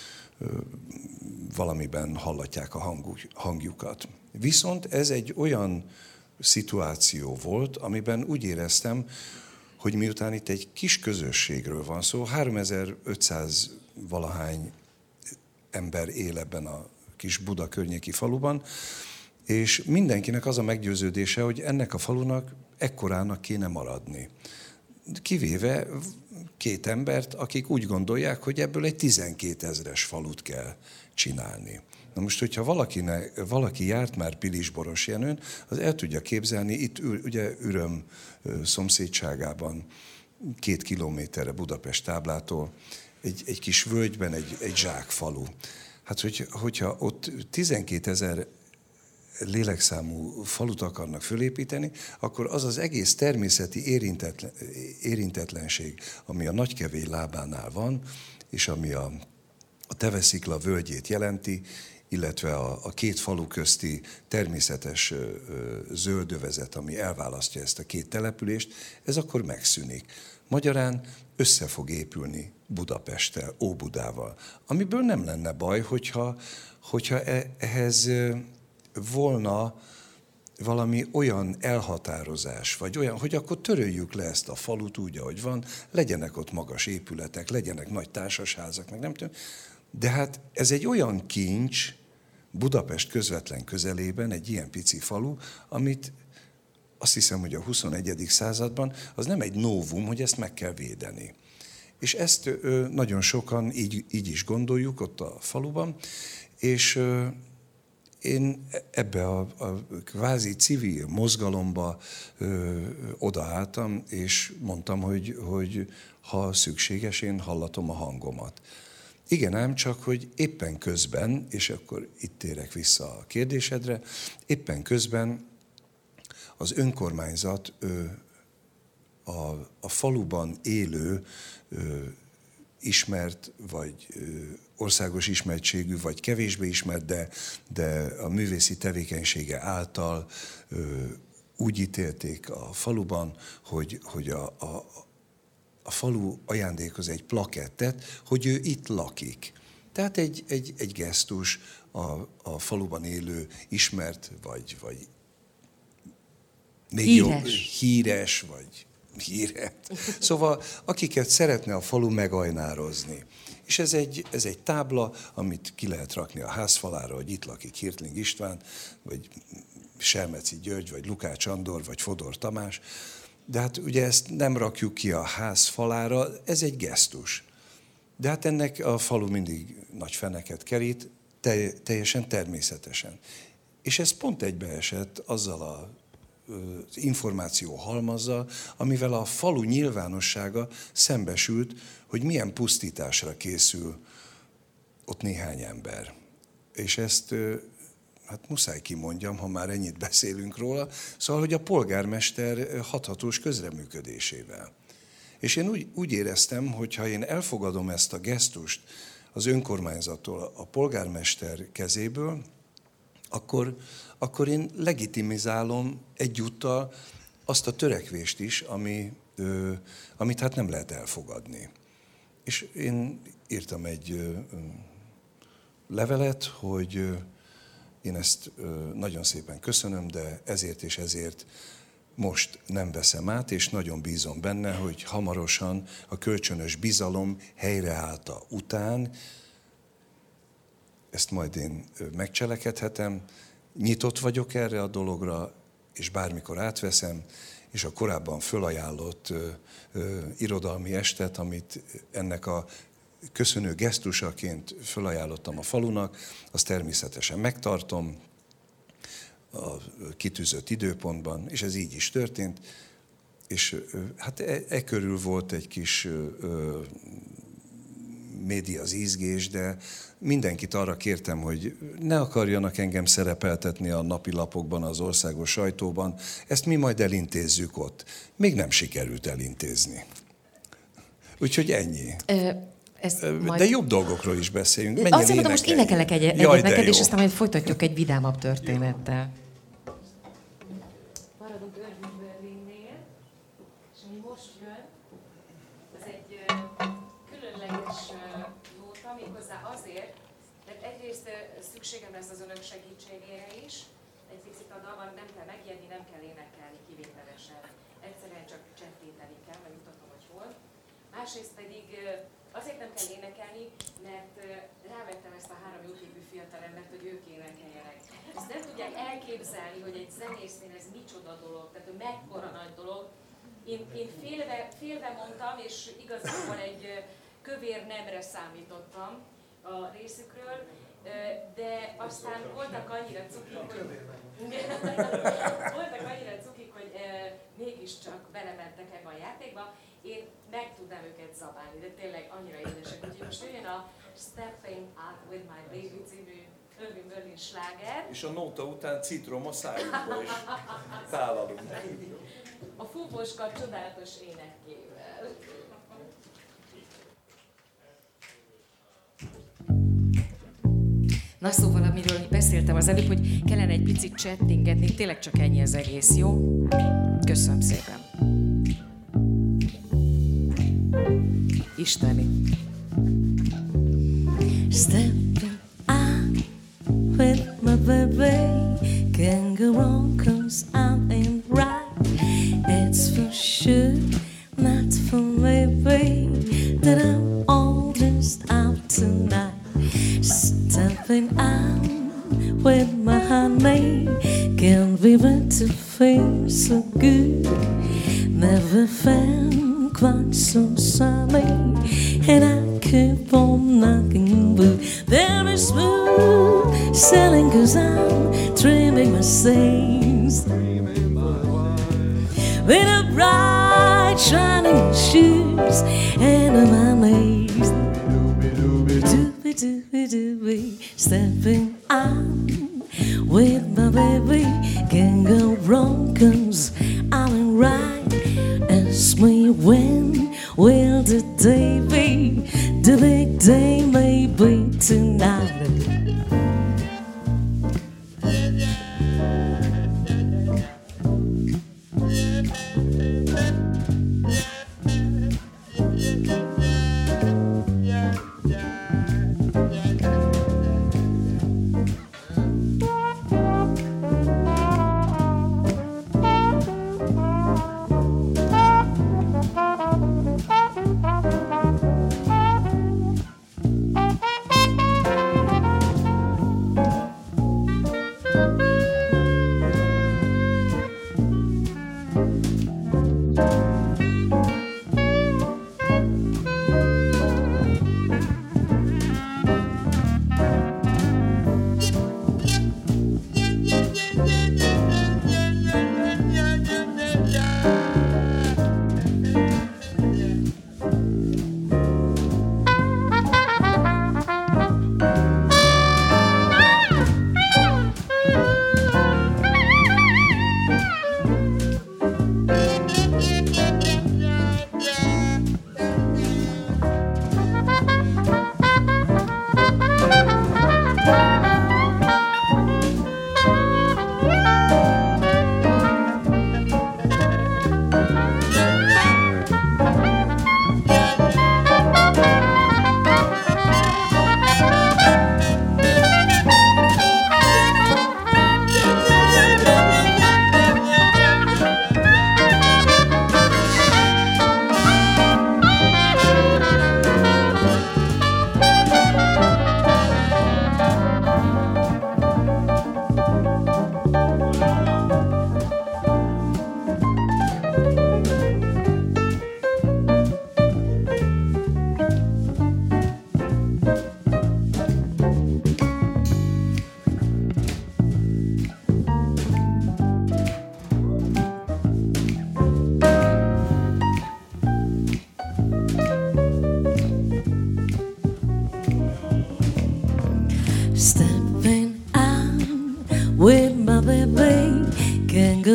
valamiben hallatják a hanguk, hangjukat. Viszont ez egy olyan szituáció volt, amiben úgy éreztem, hogy miután itt egy kis közösségről van szó, háromezer-ötszáz valahány ember él ebben a kis Buda környéki faluban, és mindenkinek az a meggyőződése, hogy ennek a falunak ekkorának kéne maradni. Kivéve két embert, akik úgy gondolják, hogy ebből egy tizenkétezres falut kell csinálni. Na most, hogyha valakinek, valaki járt már Pilis-Borosjenőn, az el tudja képzelni, itt ugye Üröm szomszédságában, két kilométerre Budapest táblától, egy, egy kis völgyben egy, egy zsákfalu. Hát, hogy, hogyha ott tizenkétezer lélekszámú falut akarnak fölépíteni, akkor az az egész természeti érintetlen, érintetlenség, ami a Nagykevély lábánál van, és ami a, a Teveszikla völgyét jelenti, illetve a, a két falu közti természetes ö, ö, zöldövezet, ami elválasztja ezt a két települést, ez akkor megszűnik. Magyarán össze fog épülni Budapesttel, Óbudával, amiből nem lenne baj, hogyha, hogyha ehhez volna valami olyan elhatározás, vagy olyan, hogy akkor töröljük le ezt a falut úgy, ahogy van, legyenek ott magas épületek, legyenek nagy társasházak, meg nem tudom. De hát ez egy olyan kincs Budapest közvetlen közelében, egy ilyen pici falu, amit azt hiszem, hogy a huszonegyedik században az nem egy novum, hogy ezt meg kell védeni. És ezt ö, nagyon sokan így, így is gondoljuk ott a faluban, és ö, én ebbe a, a kvázi civil mozgalomba ö, odaálltam, és mondtam, hogy, hogy ha szükséges, én hallatom a hangomat. Igen, ám csak, hogy éppen közben, és akkor itt térek vissza a kérdésedre, éppen közben az önkormányzat ö, a, a faluban élő ö, ismert, vagy ö, országos ismertségű, vagy kevésbé ismert, de, de a művészi tevékenysége által ö, úgy ítélték a faluban, hogy, hogy a, a, a falu ajándékoz egy plakettet, hogy ő itt lakik. Tehát egy, egy, egy gesztus a, a faluban élő ismert, vagy, vagy még híres. Jobb, híres, vagy híret. Szóval akiket szeretne a falu megajnározni. És ez egy, ez egy tábla, amit ki lehet rakni a házfalára, hogy itt lakik Hirtling István, vagy Selmeci György, vagy Lukács Andor, vagy Fodor Tamás. De hát ugye ezt nem rakjuk ki a ház falára, ez egy gesztus. De hát ennek a falu mindig nagy feneket kerít, teljesen természetesen. És ez pont egybeesett azzal a az információ halmazzal, amivel a falu nyilvánossága szembesült, hogy milyen pusztításra készül ott néhány ember. És ezt hát muszáj kimondjam, ha már ennyit beszélünk róla, szóval, hogy a polgármester hathatós közreműködésével. És én úgy, úgy éreztem, hogy ha én elfogadom ezt a gesztust az önkormányzattól, a polgármester kezéből, akkor, akkor én legitimizálom egyúttal azt a törekvést is, ami, ö, amit hát nem lehet elfogadni. És én írtam egy ö, levelet, hogy ö, én ezt ö, nagyon szépen köszönöm, de ezért és ezért most nem veszem át, és nagyon bízom benne, hogy hamarosan a kölcsönös bizalom helyreállta után, ezt majd én megcselekedhetem, nyitott vagyok erre a dologra, és bármikor átveszem, és a korábban fölajánlott ö, ö, irodalmi estet, amit ennek a köszönő gesztusaként fölajánlottam a falunak, azt természetesen megtartom a kitűzött időpontban, és ez így is történt, és ö, hát e, e körül volt egy kis ö, média az ízgés, de mindenkit arra kértem, hogy ne akarjanak engem szerepeltetni a napilapokban, az országos sajtóban, ezt mi majd elintézzük ott. Még nem sikerült elintézni. Úgyhogy ennyi. Ö, ez de majd... jobb dolgokról is beszéljünk. Menjen Azért mondom, most énekelek egy, egyet Jaj, neked, és aztán majd folytatjuk egy vidámabb történettel. Maradunk Irving Berlinnél, és ami most jön, az egy különleges nóta, méghozzá azért, mert egyrészt szükségem lesz az önök segítségére is, egy picit a dalban nem kell megijedni, nem kell énekelni kivételesen. Egyszerűen csak csettinteni kell, majd mutatom, hogy hol. Másrészt pedig azért nem kell énekelni, mert rávettem ezt a három jóképű fiatalembert, hogy ők énekeljenek. Ezt nem tudják elképzelni, hogy egy zenésznél ez micsoda dolog, tehát hogy mekkora nagy dolog. Én, én félve, félve mondtam, és igazából egy kövér nemre számítottam a részükről, de aztán voltak annyira cukik, hogy, voltak annyira cukik, hogy mégiscsak belementek ebbe a játékba. Én meg tudnám őket zabálni, de tényleg annyira édesek. Úgyhogy most jöjjön a Stepping Out With My Baby című Irving Berlin sláger. És a nóta után citrom a szájukba is tálalunk. A fúvóska csodálatos énekkével. Na szóval, amiről beszéltem az előbb, hogy kellene egy picit csettingetni, tényleg csak ennyi az egész, jó? Köszönöm szépen. Isteni. Stepping out with my baby, can't go wrong 'cause I'm in right. It's for sure, not for maybe, that I'm all just out tonight. Stepping out with my honey, can't be but to feel so good. Never felt quite so sunny, and I keep on knocking, but there is smooth sailing 'cause I'm dreaming my sails. With a bright shining shoes and on my knees, doobie doobie doobie, stepping out with my baby, can't go wrong 'cause I'm right. Ask me when will the day be? The big day may be tonight.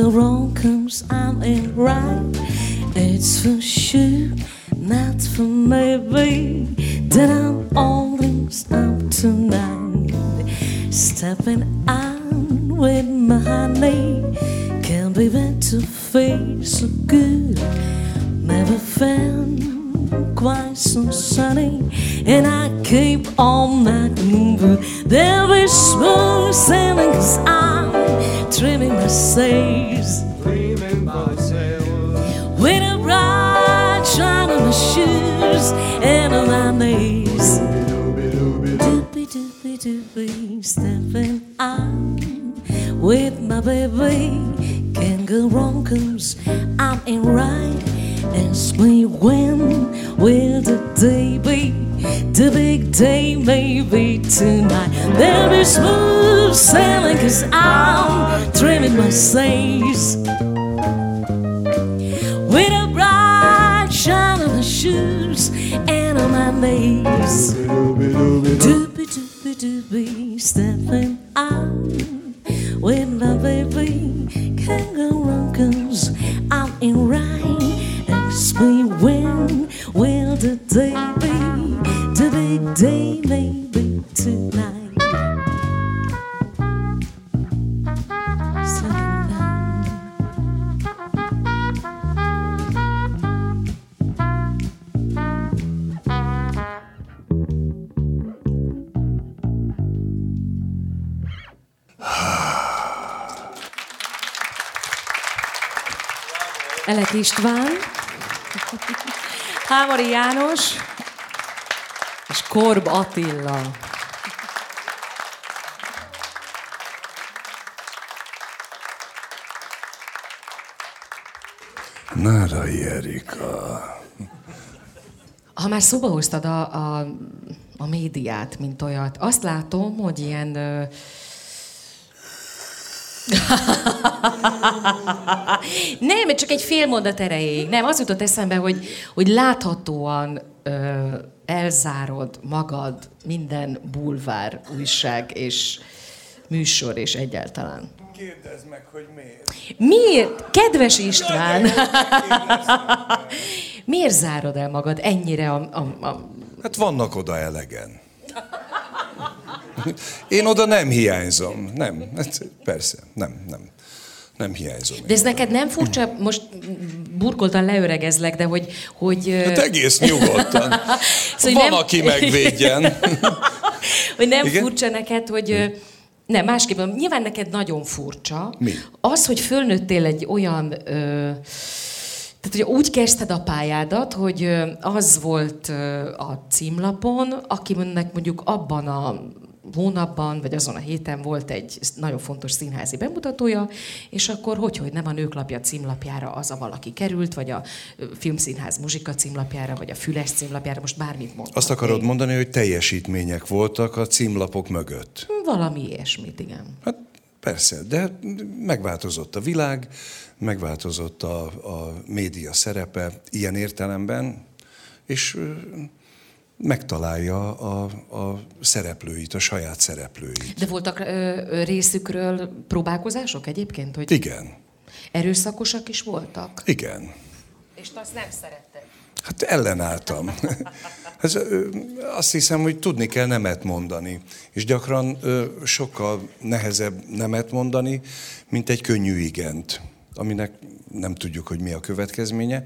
go wrong, 'cause I'm in right. It's for sure, not for maybe, that I'm always up tonight. Stepping on with my honey, can't be meant to feel so good. Never felt quite so sunny, and I keep on knocking, but there is smooth sailing, 'cause I'm trimming my sails, Dreaming my sails. with a bright shine on my shoes and on my knees. Doopy doopy doopy, stepping on with my baby, can't go wrong, 'cause I'm in right. Ask me when will the day be? The big day may be tonight. There'll be smooth sailing, 'cause I'm trimming my sails, with a bright shine on my shoes and on my knees. Doopy doopy doopy, stepping on with my baby, can't go wrong, 'cause I'm in right. Ask me when will the day be? The big day may be tonight. Settling down. Elek István, Hámori János és Korb Attila. Nárai Erika. Ha már szóba hoztad a, a, a médiát, mint olyat, azt látom, hogy ilyen... Ö... Nem, csak egy fél mondat erejéig. Nem, az jutott eszembe, hogy, hogy láthatóan ö, elzárod magad minden bulvár újság és műsor és egyáltalán. Kérdezd meg, hogy miért. Miért? Kedves István! Miért zárod el magad ennyire a... a, a... Hát vannak oda elegen. Én oda nem hiányzom. Nem, hát persze, nem, nem. Nem hiányzom. De ez neked nem furcsa, most burkoltan leöregezlek, de hogy... hogy hát egész nyugodtan. Szóval van, nem... aki megvédjen. hogy nem igen? Furcsa neked, hogy... Nem, másképp, nyilván neked nagyon furcsa. Mi? Az, hogy fölnőttél egy olyan... Ö, tehát, hogy úgy kezdted a pályádat, hogy az volt a címlapon, akinek mondjuk abban a hónapban, vagy azon a héten volt egy nagyon fontos színházi bemutatója, és akkor hogyhogy nem a Nőklapja címlapjára az a valaki került, vagy a Filmszínház muzsika címlapjára, vagy a Füles címlapjára, most bármit mondhatnék. Azt akarod mondani, hogy teljesítmények voltak a címlapok mögött? Valami ilyesmit, igen. Hát persze, de megváltozott a világ, megváltozott a, a média szerepe ilyen értelemben, és megtalálja a, a szereplőit, a saját szereplőit. De voltak ö, részükről próbálkozások egyébként? Hogy Igen. Erőszakosak is voltak? Igen. És te azt nem szeretted? Hát ellenálltam. Ez, ö, azt hiszem, hogy tudni kell nemet mondani. És gyakran ö, sokkal nehezebb nemet mondani, mint egy könnyű igent, aminek nem tudjuk, hogy mi a következménye.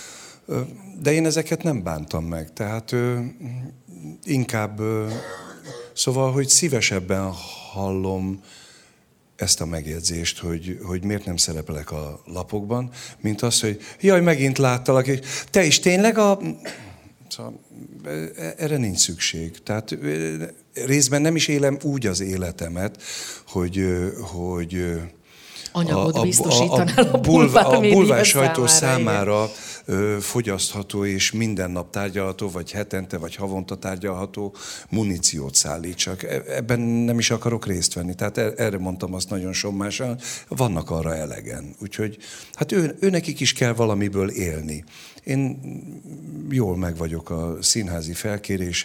De én ezeket nem bántam meg, tehát ö, inkább, ö, szóval, hogy szívesebben hallom ezt a megjegyzést, hogy, hogy miért nem szerepelek a lapokban, mint az, hogy jaj, megint láttalak, és te is tényleg a... Szóval erre nincs szükség. Tehát részben nem is élem úgy az életemet, hogy... hogy anyagot a, a, biztosítanál a, a, a, bulvár, a bulvár sajtó számára, számára ö, fogyasztható és minden nap tárgyalható, vagy hetente, vagy havonta tárgyalható muníciót szállítsak. Ebben nem is akarok részt venni. Tehát erre mondtam azt nagyon sommásan, vannak arra elegen. Úgyhogy hát ő, őnekik is kell valamiből élni. Én jól meg vagyok a színházi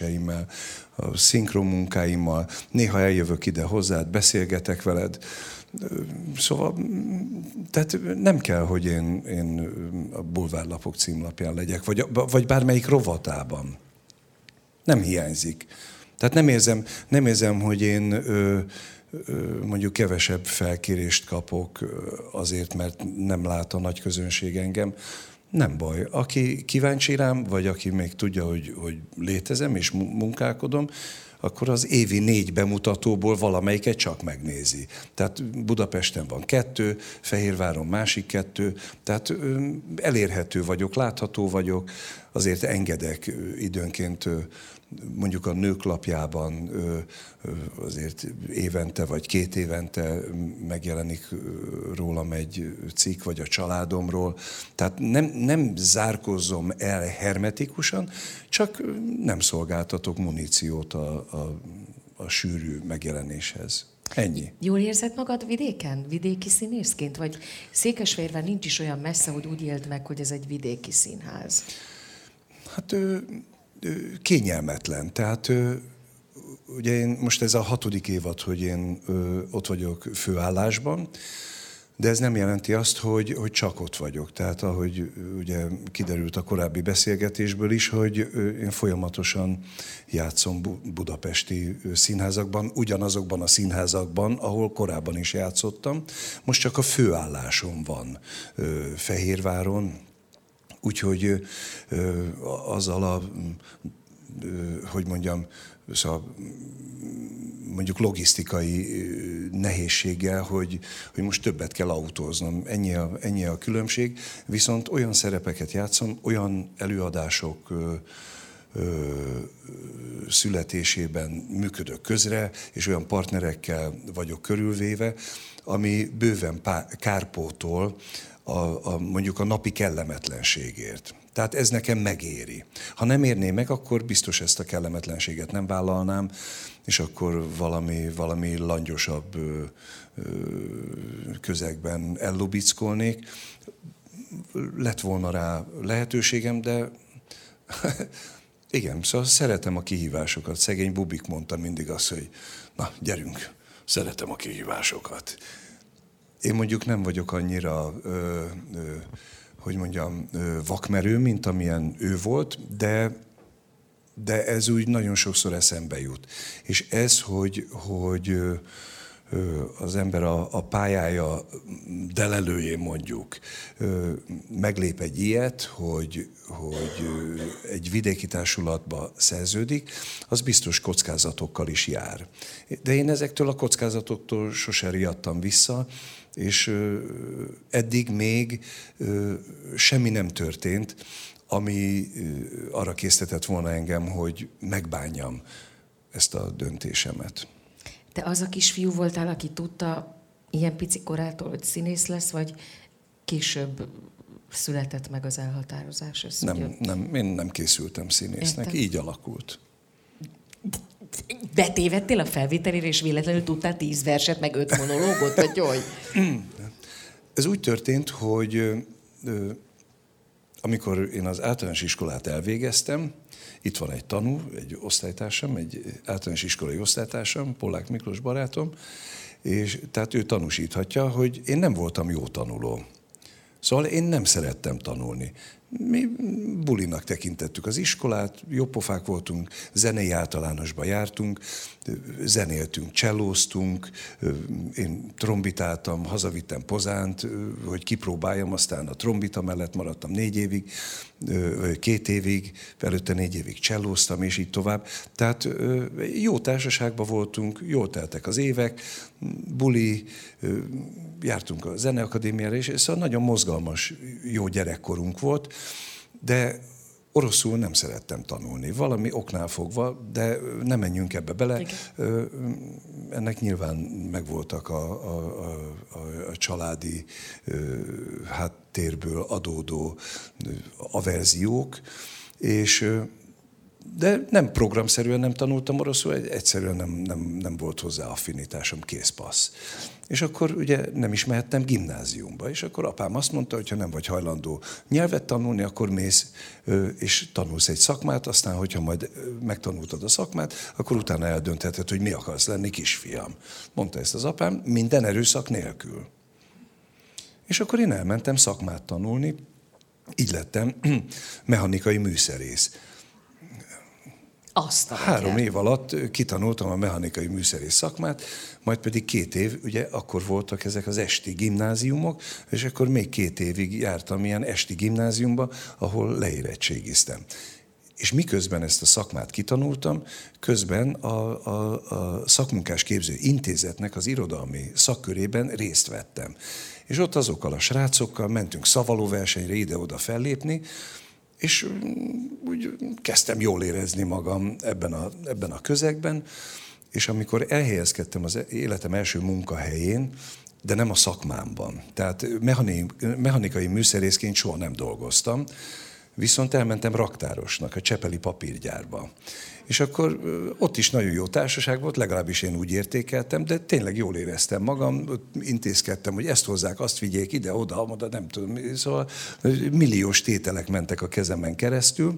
felkéréseimmel, a szinkronmunkáimmal, néha eljövök ide hozzád, beszélgetek veled, Szóval, tehát nem kell, hogy én, én a bulvárlapok címlapján legyek, vagy, vagy bármelyik rovatában. Nem hiányzik. Tehát nem érzem, nem érzem hogy én ö, ö, mondjuk kevesebb felkérést kapok azért, mert nem lát a nagy közönség engem. Nem baj. Aki kíváncsi rám, vagy aki még tudja, hogy, hogy létezem és munkálkodom, akkor az évi négy bemutatóból valamelyiket csak megnézi. Tehát Budapesten van kettő, Fehérváron másik kettő, tehát elérhető vagyok, látható vagyok, azért engedek időnként mondjuk a Nők lapjában azért évente vagy két évente megjelenik rólam egy cikk, vagy a családomról. Tehát nem, nem zárkózzom el hermetikusan, csak nem szolgáltatok muníciót a, a, a sűrű megjelenéshez. Ennyi. Jól érzed magad vidéken? Vidéki színészként? Vagy Székesfehérvár nincs is olyan messze, hogy úgy éld meg, hogy ez egy vidéki színház? Hát ő, ő, kényelmetlen. Tehát ő, ugye én most ez a hatodik évad, hogy én ő, ott vagyok főállásban, de ez nem jelenti azt, hogy, hogy csak ott vagyok. Tehát ahogy ugye kiderült a korábbi beszélgetésből is, hogy én folyamatosan játszom budapesti színházakban, ugyanazokban a színházakban, ahol korábban is játszottam. Most csak a főállásom van Fehérváron, úgyhogy azzal a, hogy mondjam, szóval mondjuk logisztikai nehézséggel, hogy, hogy most többet kell autóznom. Ennyi a, ennyi a különbség. Viszont olyan szerepeket játszom, olyan előadások ö, ö, születésében működök közre, és olyan partnerekkel vagyok körülvéve, ami bőven pá, kárpótol a, a, mondjuk a napi kellemetlenségért. Tehát ez nekem megéri. Ha nem érné meg, akkor biztos ezt a kellemetlenséget nem vállalnám, és akkor valami, valami langyosabb ö, ö, közegben ellubickolnék. Lett volna rá lehetőségem, de igen, szóval szeretem a kihívásokat. Szegény Bubik mondta mindig azt, hogy na, gyerünk, szeretem a kihívásokat. Én mondjuk nem vagyok annyira... Ö, ö, hogy mondjam, vakmerő, mint amilyen ő volt, de, de ez úgy nagyon sokszor eszembe jut. És ez, hogy, hogy az ember a, a pályája delelőjén mondjuk meglép egy ilyet, hogy, hogy egy vidéki társulatba szerződik, az biztos kockázatokkal is jár. De én ezektől a kockázatoktól sose riadtam vissza, és eddig még semmi nem történt, ami arra késztetett volna engem, hogy megbánjam ezt a döntésemet. Te az a kisfiú voltál, aki tudta ilyen pici korától, hogy színész lesz, vagy később született meg az elhatározás? Ez nem, ugye... nem, én nem készültem színésznek, Értem. Így alakult. Betévedtél a felvételére, és véletlenül tudtál tíz verset, meg öt monológot, vagy hogy? Ez úgy történt, hogy amikor én az általános iskolát elvégeztem, itt van egy tanú, egy osztálytársam, egy általános iskolai osztálytársam, Pollák Miklós barátom, és tehát ő tanúsíthatja, hogy én nem voltam jó tanuló. Szóval én nem szerettem tanulni. Mi bulinak tekintettük az iskolát, jópofák voltunk, zenei általánosba jártunk, zenéltünk, csellóztunk, én trombitáltam, hazavittem Pozánt, hogy kipróbáljam, aztán a trombita mellett maradtam négy évig, két évig, előtte négy évig csellóztam, és így tovább. Tehát jó társaságban voltunk, jól teltek az évek, buli, jártunk a zeneakadémiára, és szóval nagyon mozgalmas, jó gyerekkorunk volt, de oroszul nem szerettem tanulni. Valami oknál fogva, de nem menjünk ebbe bele. Igen. Ennek nyilván megvoltak a, a, a, a családi háttérből adódó averziók, és De nem programszerűen nem tanultam oroszul, egyszerűen nem, nem, nem volt hozzá affinitásom, készpassz. És akkor ugye nem is mehettem gimnáziumba, és akkor apám azt mondta, hogy ha nem vagy hajlandó nyelvet tanulni, akkor mész és tanulsz egy szakmát, aztán, hogyha majd megtanultad a szakmát, akkor utána eldöntheted, hogy mi akarsz lenni, kisfiam. Mondta ezt az apám, minden erőszak nélkül. És akkor én elmentem szakmát tanulni, így lettem mechanikai műszerész. Azt a Három év alatt kitanultam a mechanikai műszerész szakmát, majd pedig két év, ugye akkor voltak ezek az esti gimnáziumok, és akkor még két évig jártam ilyen esti gimnáziumba, ahol leérettségiztem. És miközben ezt a szakmát kitanultam, közben a, a, a szakmunkás képző intézetnek az irodalmi szakkörében részt vettem. És ott azokkal a srácokkal mentünk szavalóversenyre ide-oda fellépni, és úgy kezdtem jól érezni magam ebben a, ebben a közegben, és amikor elhelyezkedtem az életem első munkahelyén, de nem a szakmámban, tehát mechanikai műszerészként soha nem dolgoztam, viszont elmentem raktárosnak a csepeli papírgyárba. És akkor ott is nagyon jó társaság volt, legalábbis én úgy értékeltem, de tényleg jól éreztem magam, intézkedtem, hogy ezt hozzák, azt vigyék ide-oda, oda, nem tudom, szóval milliós tételek mentek a kezemen keresztül,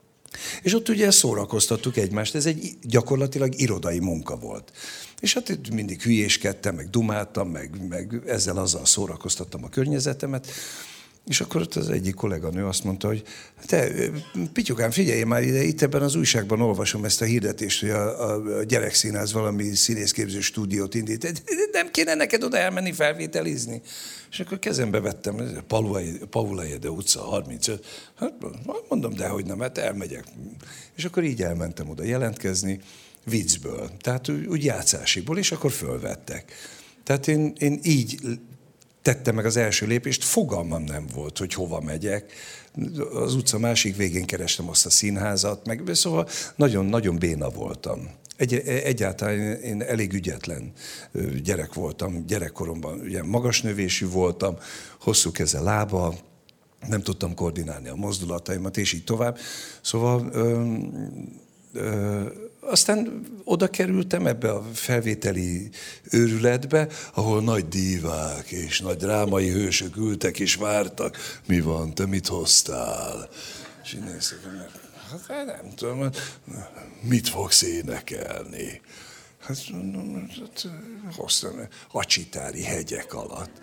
és ott ugye szórakoztattuk egymást, ez egy gyakorlatilag irodai munka volt. És hát itt mindig hülyéskedtem, meg dumáltam, meg, meg ezzel azzal szórakoztattam a környezetemet. És akkor ott az egyik kolléganő azt mondta, hogy te, Pityukám, figyelj már ide, itt ebben az újságban olvasom ezt a hirdetést, hogy a, a gyerekszínház valami színészképző stúdiót indít. Nem kéne neked oda elmenni felvételizni? És akkor kezembe vettem, Paula Ede utca, harmincöt. Hát mondom, dehogy nem, hát elmegyek. És akkor így elmentem oda jelentkezni, viccből, tehát úgy játszásiból, és akkor fölvettek. Tehát én, én így tettem meg az első lépést, fogalmam nem volt, hogy hova megyek. Az utca másik végén kerestem azt a színházat, meg szóval nagyon-nagyon béna voltam. Egy, egyáltalán én elég ügyetlen gyerek voltam, gyerekkoromban ugye magas növésű voltam, hosszú keze, lába, nem tudtam koordinálni a mozdulataimat, és így tovább. Szóval ö, ö, aztán oda kerültem ebbe a felvételi őrületbe, ahol nagy dívák és nagy drámai hősök ültek és vártak. Mi van, te mit hoztál? És én néztek, hát nem tudom, mit fogsz énekelni? Hát hoztam a Csitári hegyek alatt.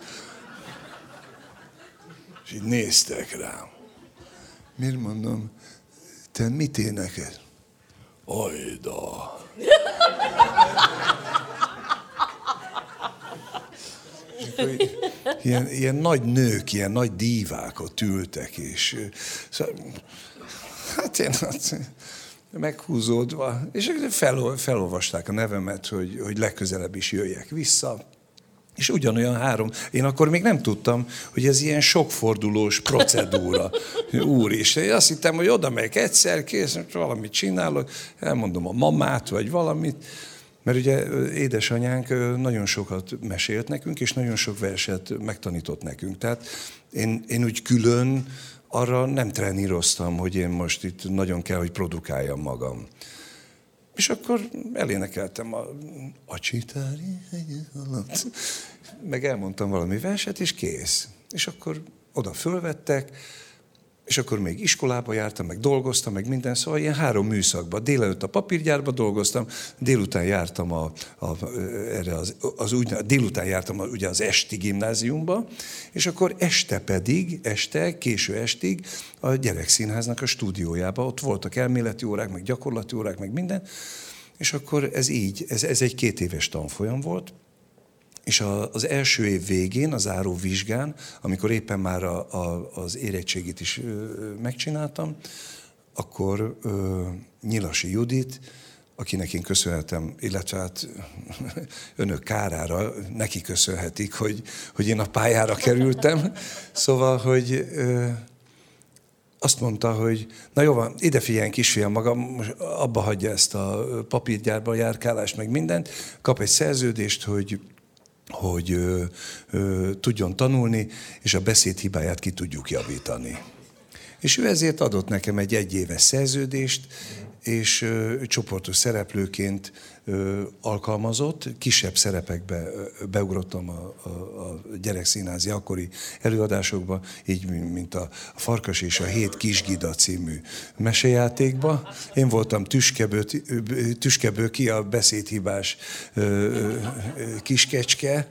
És így néztek rám. Miért mondom, te mit énekel? Ajda. Ilyen, ilyen nagy nők, ilyen nagy dívák ott ültek, és szóval, hát én hát, meghúzódva, és fel, felolvasták a nevemet, hogy, hogy legközelebb is jöjjek vissza. És ugyanolyan három, én akkor még nem tudtam, hogy ez ilyen sokfordulós procedúra. Úristen, én azt hittem, hogy oda megyek egyszer, kész, valamit csinálok, elmondom a mamát, vagy valamit. Mert ugye édesanyánk nagyon sokat mesélt nekünk, és nagyon sok verset megtanított nekünk. Tehát én, én úgy külön arra nem treníroztam, hogy én most itt nagyon kell, hogy produkáljam magam. És akkor elénekeltem a, a Csitári hegyek alatt, meg elmondtam valami verset, és kész. És akkor oda fölvettek, és akkor még iskolába jártam, meg dolgoztam, meg minden, szóval ilyen három műszakban. Délelőtt a papírgyárba dolgoztam, délután jártam a, a, erre az, az úgy, délután jártam a, ugye az esti gimnáziumba, és akkor este pedig, este, késő estig a gyerekszínháznak a stúdiójába, ott voltak elméleti órák, meg gyakorlati órák, meg minden, és akkor ez így, ez, ez egy két éves tanfolyam volt, és az első év végén, a záró vizsgán, amikor éppen már a, a, az érettségit is ö, megcsináltam, akkor ö, Nyilasi Judit, akinek én köszönhetem, illetve hát önök kárára neki köszönhetik, hogy, hogy én a pályára kerültem. Szóval, hogy ö, azt mondta, hogy na jó van, ide figyeljen kisfiam, maga most abba hagyja ezt a papírgyárba járkálást, meg mindent, kap egy szerződést, hogy hogy ö, ö, tudjon tanulni, és a beszédhibáját ki tudjuk javítani. És ő ezért adott nekem egy egyéves szerződést, és ö, csoportos szereplőként ö, alkalmazott, kisebb szerepekbe ö, beugrottam a, a, a gyerekszínházi akkori előadásokba, így mint a Farkas és a hét kisgida című mesejátékba. Én voltam Tüskeböki, a beszédhibás ö, ö, kiskecske,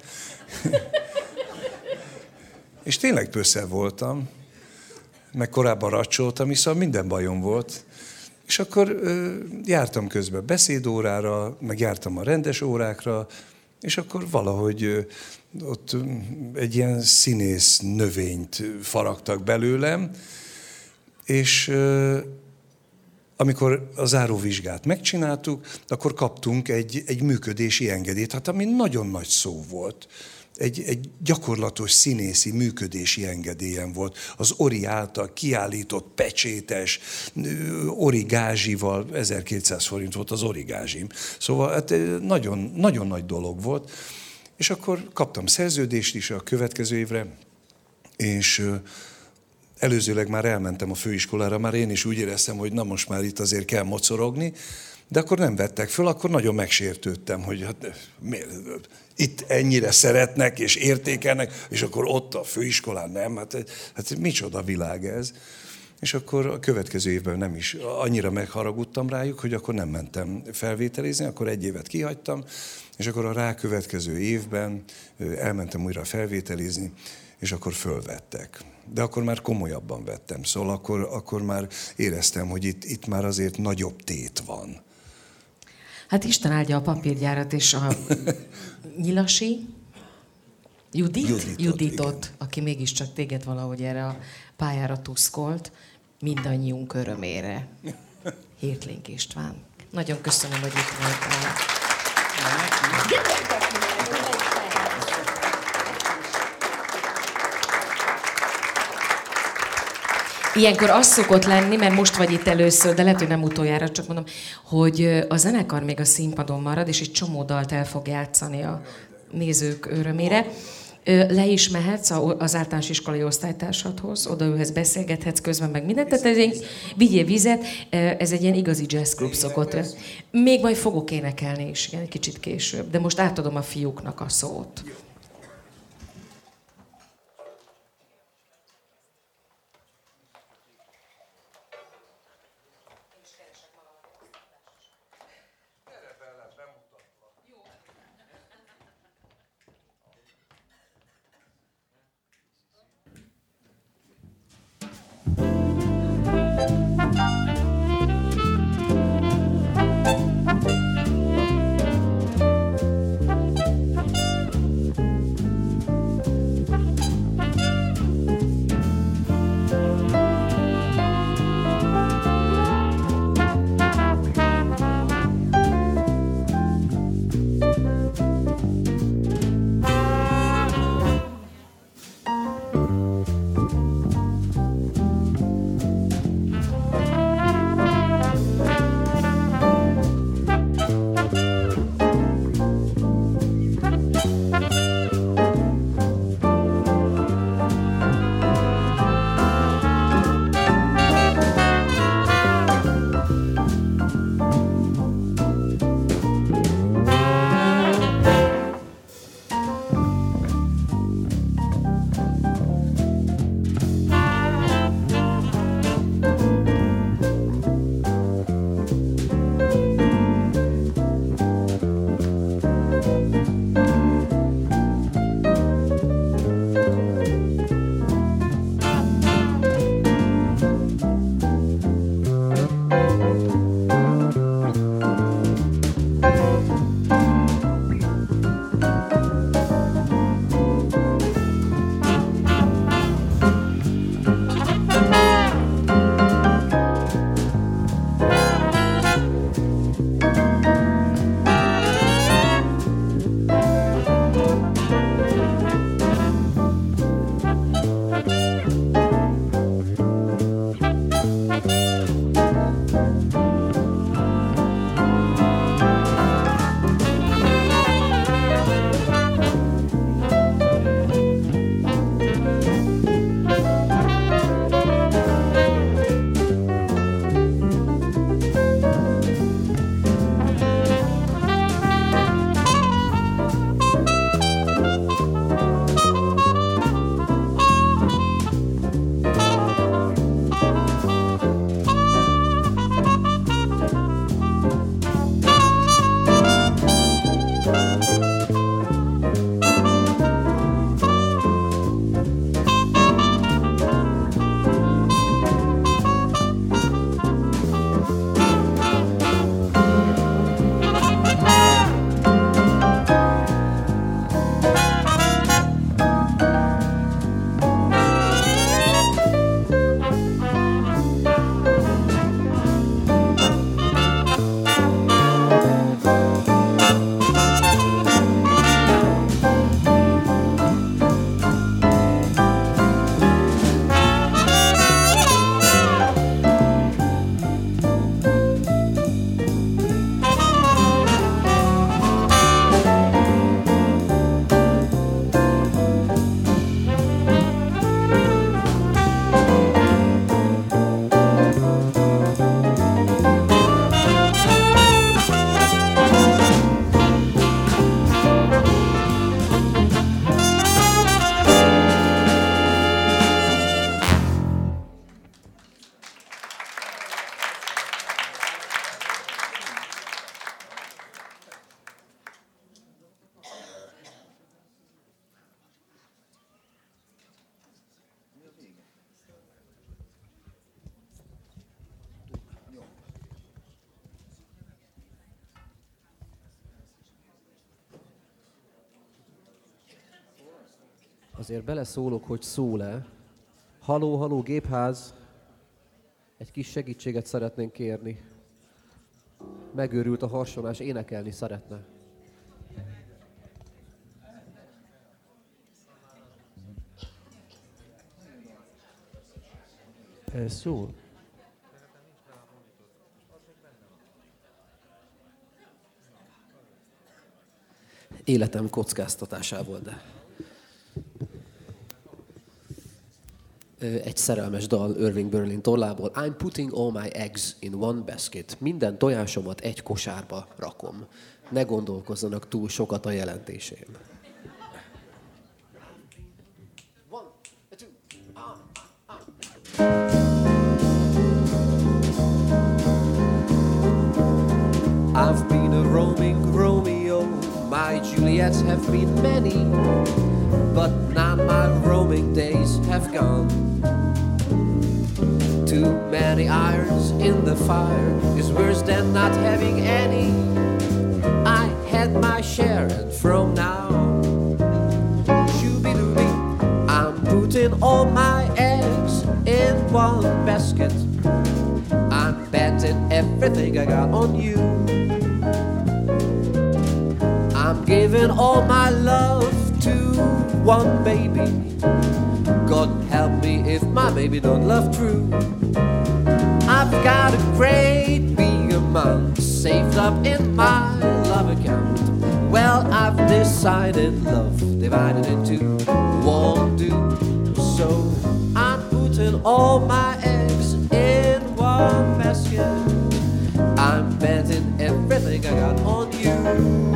és tényleg pösszel voltam, meg korábban racsoltam, szóval minden bajom volt. És akkor ö, jártam közben beszédórára, meg jártam a rendes órákra, és akkor valahogy ö, ott ö, egy ilyen színész növényt faragtak belőlem, és ö, amikor a záróvizsgát megcsináltuk, akkor kaptunk egy, egy működési engedélyt, hát ami nagyon nagy szó volt. Egy, egy gyakorlatos színészi működési engedélyem volt. Az Ori által kiállított pecsétes Ori gázsival, ezerkétszáz forint volt az Ori gázsim. Szóval hát nagyon, nagyon nagy dolog volt. És akkor kaptam szerződést is a következő évre, és előzőleg már elmentem a főiskolára, már én is úgy éreztem, hogy na most már itt azért kell mocorogni, de akkor nem vettek föl, akkor nagyon megsértődtem, hogy hát miért, itt ennyire szeretnek és értékelnek, és akkor ott a főiskolán nem, hát, hát micsoda világ ez. És akkor a következő évben nem is, annyira megharagudtam rájuk, hogy akkor nem mentem felvételizni, akkor egy évet kihagytam, és akkor a rákövetkező évben elmentem újra felvételizni, és akkor fölvettek. De akkor már komolyabban vettem, szóval akkor, akkor már éreztem, hogy itt, itt már azért nagyobb tét van. Hát Isten áldja a papírgyárat és a Nyilasi, Judit? Juditot, Juditot, aki mégiscsak téged valahogy erre a pályára tuszkolt, mindannyiunk örömére. Hirtlénk István. Nagyon köszönöm, hogy itt voltál. Ilyenkor az szokott lenni, mert most vagy itt először, de lehet, hogy nem utoljára, csak mondom, hogy a zenekar még a színpadon marad, és egy csomó dalt el fog játszani a nézők örömére. Le is mehetsz az általános iskolai osztálytársadhoz, oda őhez beszélgethetsz közben, meg mindent. Tehát ez egy, vigyél vizet, ez egy ilyen igazi jazzklub szokott. Még majd fogok énekelni is, egy kicsit később, de most átadom a fiúknak a szót. Azért beleszólok, hogy szól-e. Haló, haló, gépház. Egy kis segítséget szeretnénk kérni. Megőrült a harsonás, énekelni szeretne. Ez szól. Életem kockáztatásával, de... Egy szerelmes dal Irving Berlin tollából. I'm putting all my eggs in one basket. Minden tojásomat egy kosárba rakom. Ne gondolkozzanak túl sokat a jelentésén. I've been a roaming Romeo, my Juliets have been many, but now my roaming days have gone. Too many irons in the fire is worse than not having any. I had my share and from now on, shooby-dooby, I'm putting all my eggs in one basket. I'm betting everything I got on you. I'm giving all my love to one baby. God help me if my baby don't love true. I've got a great big amount saved up in my love account. Well, I've decided love divided into won't do. So I'm putting all my eggs in one basket. I'm betting everything I got on you.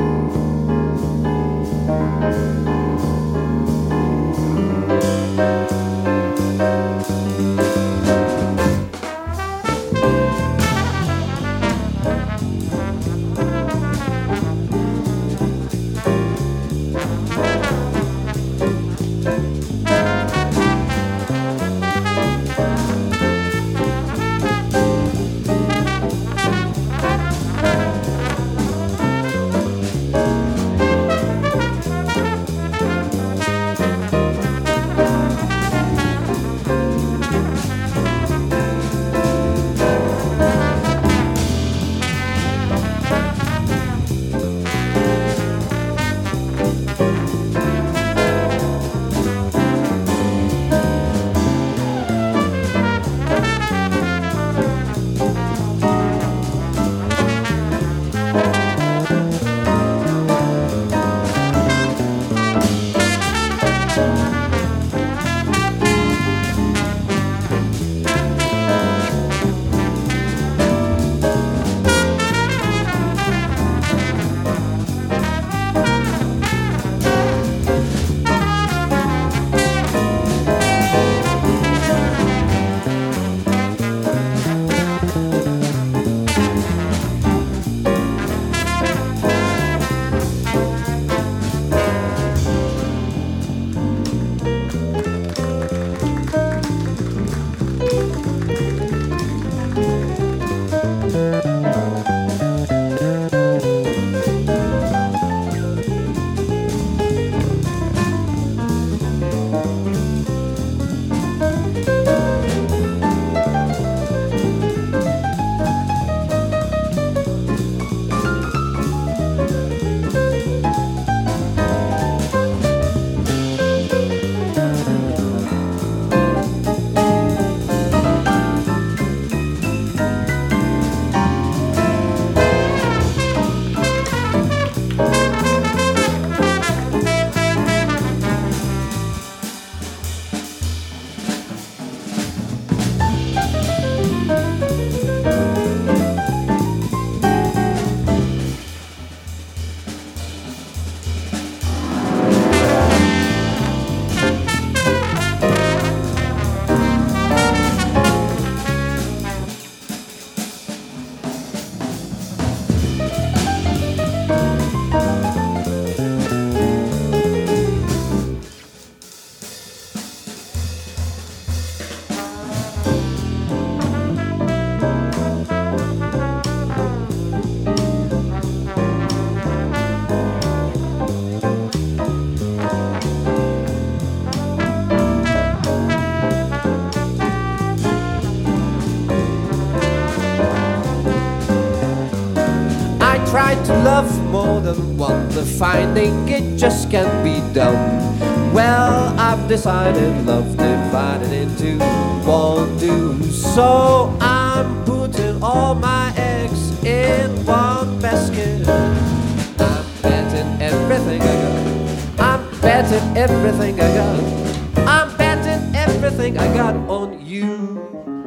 tried to love more than one, the finding it just can't be done. Well, I've decided love divided into one, two. So I'm putting all my eggs in one basket. I'm betting everything I got. I'm betting everything I got. I'm betting everything I got on you.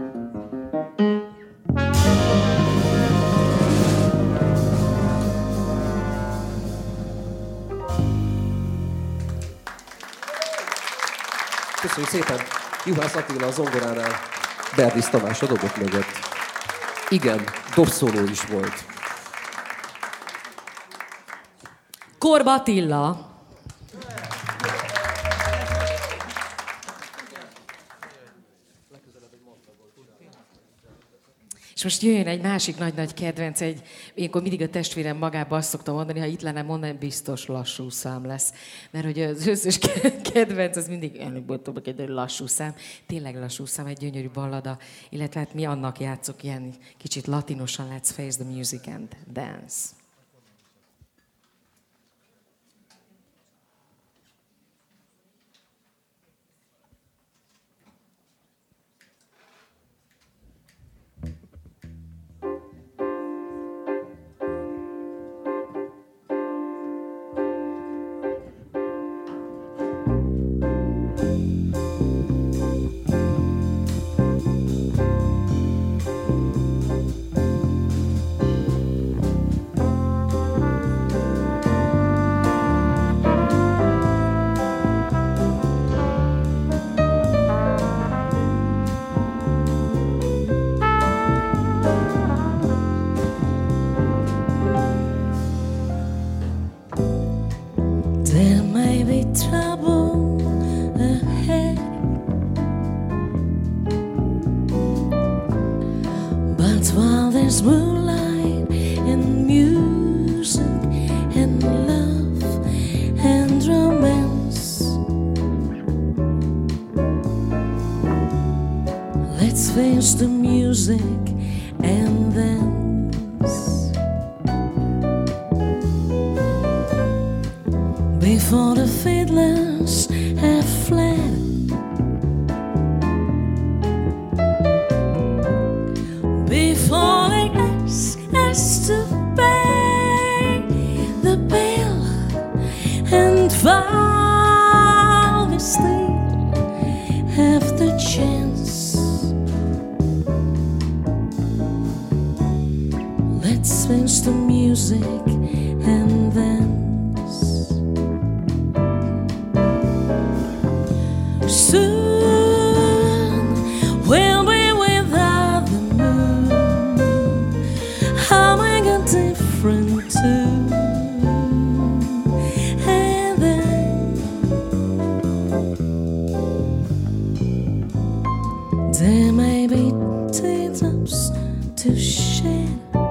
Köszönjük szépen! Juhász Attila a zongoránál, Berdisz Tamás a dobok mögött. Igen, dobszóló is volt. Korba Attila. És most jöjjön egy másik nagy-nagy kedvenc, egy, ilyenkor mindig a testvérem magába azt szokta mondani, ha itt lenne mondani, biztos lassú szám lesz. Mert hogy az összes kedvenc, az mindig, előbb-utóbb egy lassú szám, tényleg lassú szám, egy gyönyörű ballada, illetve hát mi annak játszok ilyen kicsit latinosan, let's face the music and dance. The music and dance before the fiddlers have fled. Before they ask us to pay the bill, and while we still have the chance, let's face the music and dance. Soon we'll be without the moon, humming a different tune. And then there may be teardrops to shed.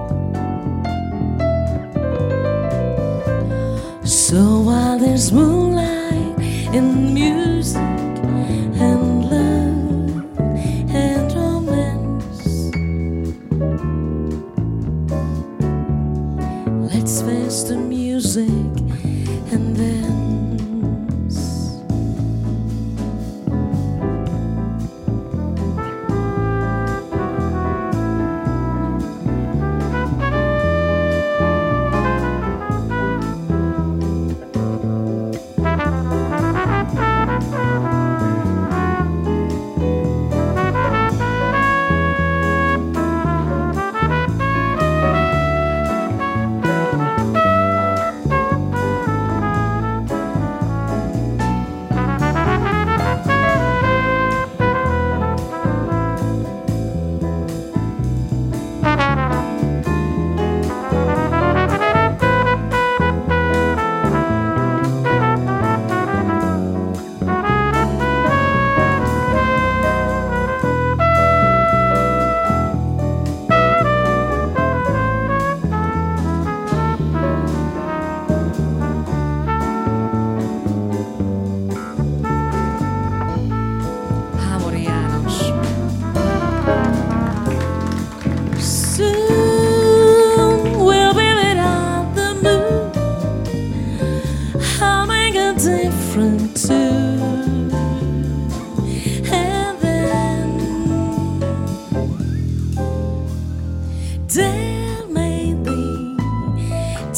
So while there's moonlight and music and love and romance, let's face the music and dance.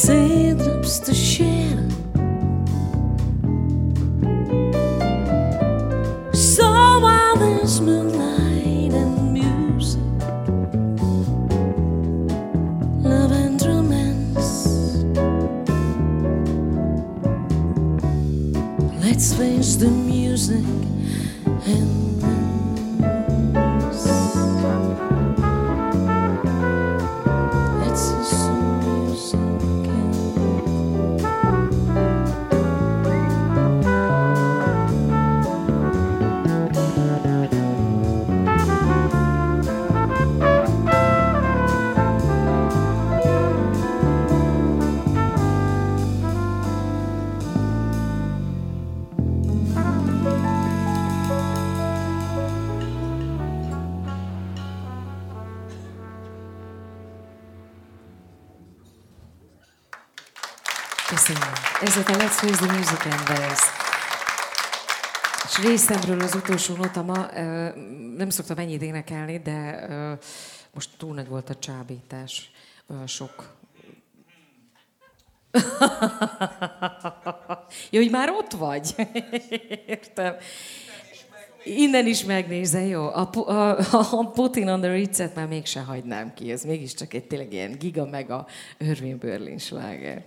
teardrops to share. So while there's moonlight and music, love and romance, let's face the music and Köszönöm. Ez a Let's Face the Music and Bells. És részemről az utolsó nota ma, nem szoktam ennyit énekelni, de most túl nagy volt a csábítás. Olyan sok. Jó, hogy már ott vagy. Értem. Innen is megnézze, jó. A, a, a Putin on the Ritz-et már mégse hagynám ki. Ez mégiscsak egy tényleg ilyen giga-mega Irving Berlin sláger.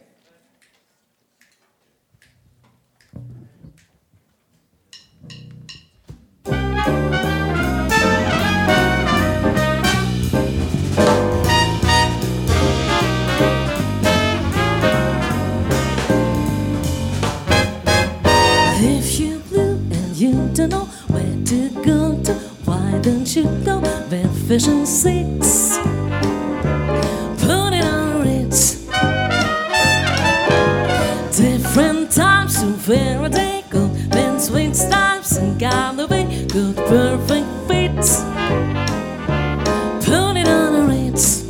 If you're blue and you don't know where to go to, why don't you go where vision sits? Put it on Ritz. Different times to Faraday, good then sweet times and Galloway, good perfect fits. Put it on a Ritz.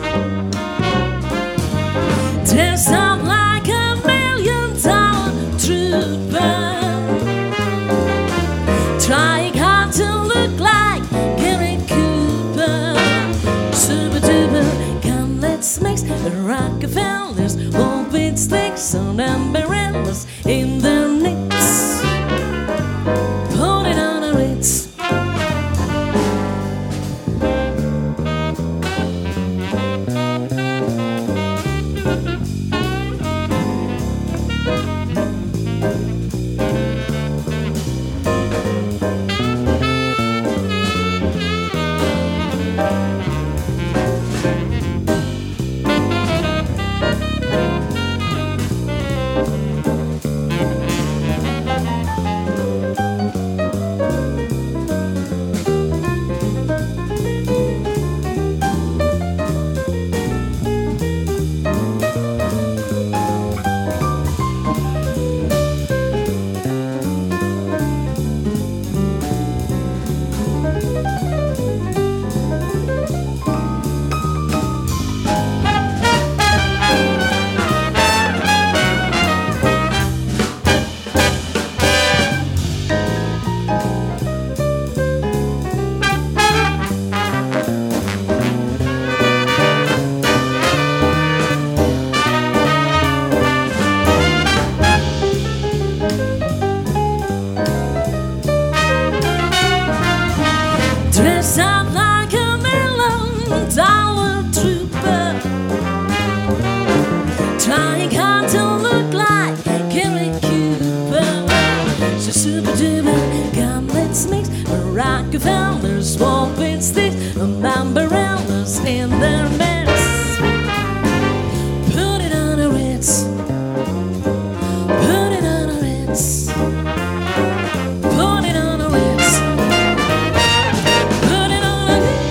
Dress up like a million dollar trooper, trying hard to look like Gary Cooper. Super duper, come let's mix the Rockefellers, won't beat sticks on umbrellas in their nicks. Put it on a Ritz. Dress up like a million dollar trooper, trying hard to look like Gary Cooper. So super duper, come let's mix the Rockefellers, won't beat sticks and umbrellas in their mess. Put it on a Ritz. Put it on a Ritz. Put it on a Ritz. Put it on a Ritz.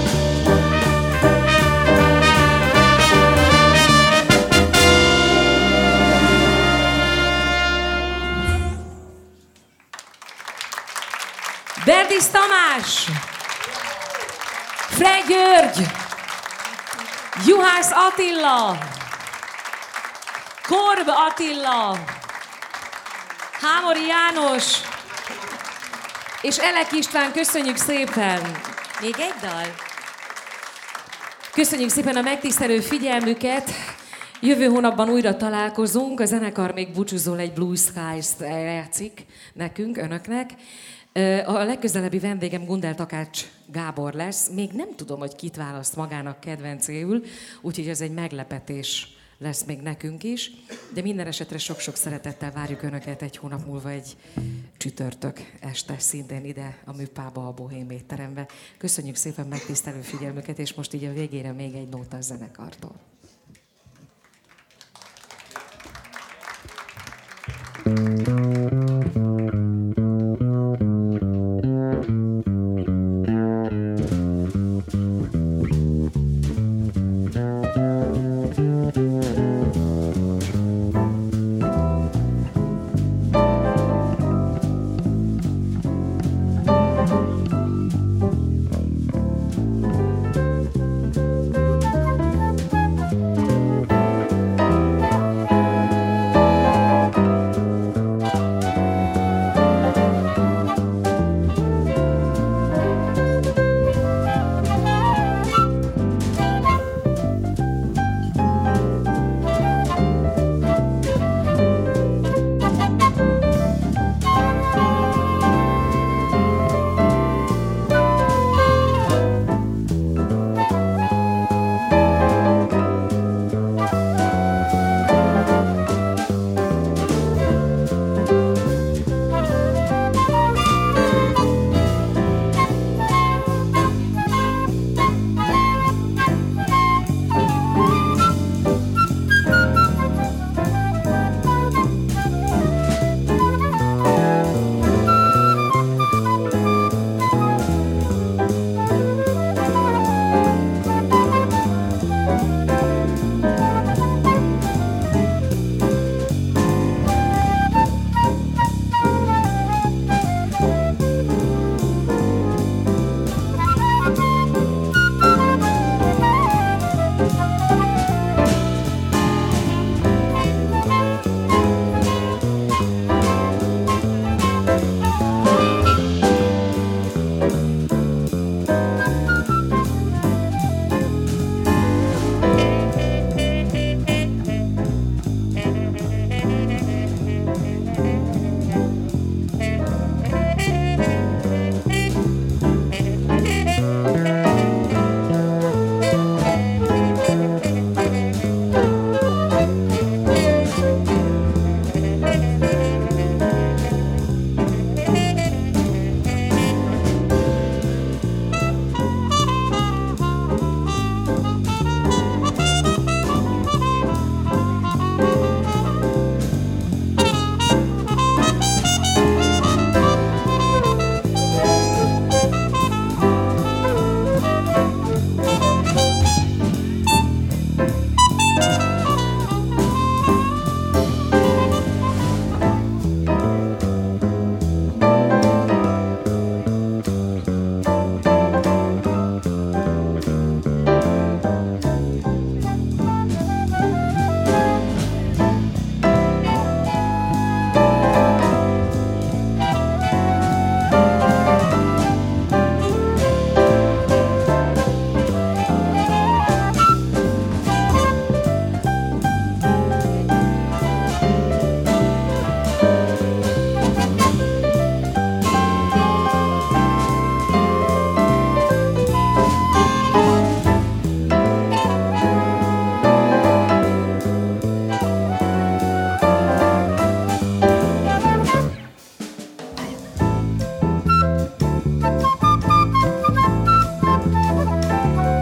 Berdisz Tamás, Frey György, Juhász Attila, Korb Attila, Hámori János és Elek István, köszönjük szépen! Még egy dal? Köszönjük szépen a megtisztelő figyelmüket, Jövő hónapban újra találkozunk, a zenekar még búcsúzol egy Blue Skies-t játszik nekünk, önöknek. A legközelebbi vendégem Gundel Takács Gábor lesz. Még nem tudom, hogy kit választ magának kedvencéül, úgyhogy ez egy meglepetés lesz még nekünk is. De minden esetre sok-sok szeretettel várjuk önöket egy hónap múlva egy csütörtök este szintén ide a Műpába, a Bohém étterembe. Köszönjük szépen megtisztelő figyelmüket, és most így a végére még egy nóta a zenekartól.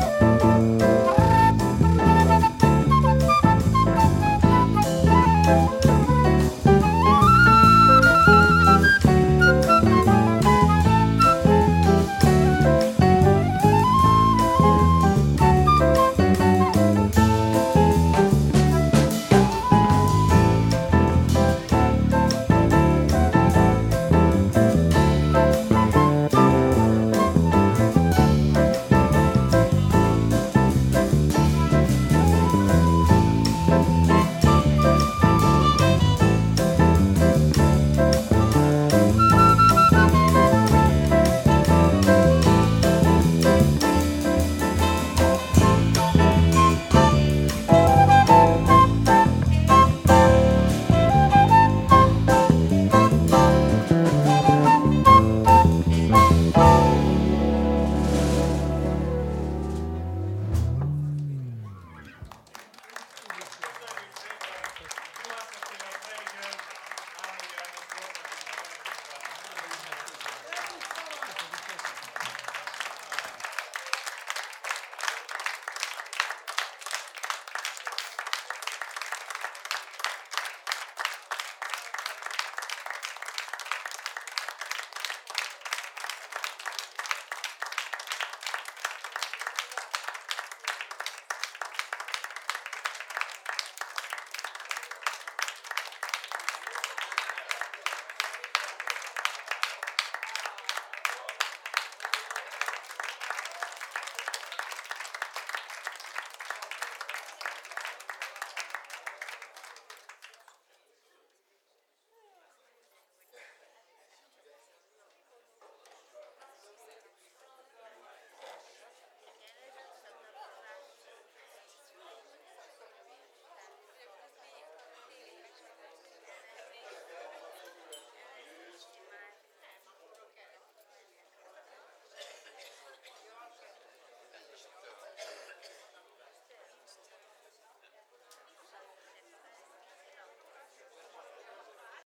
Thank you.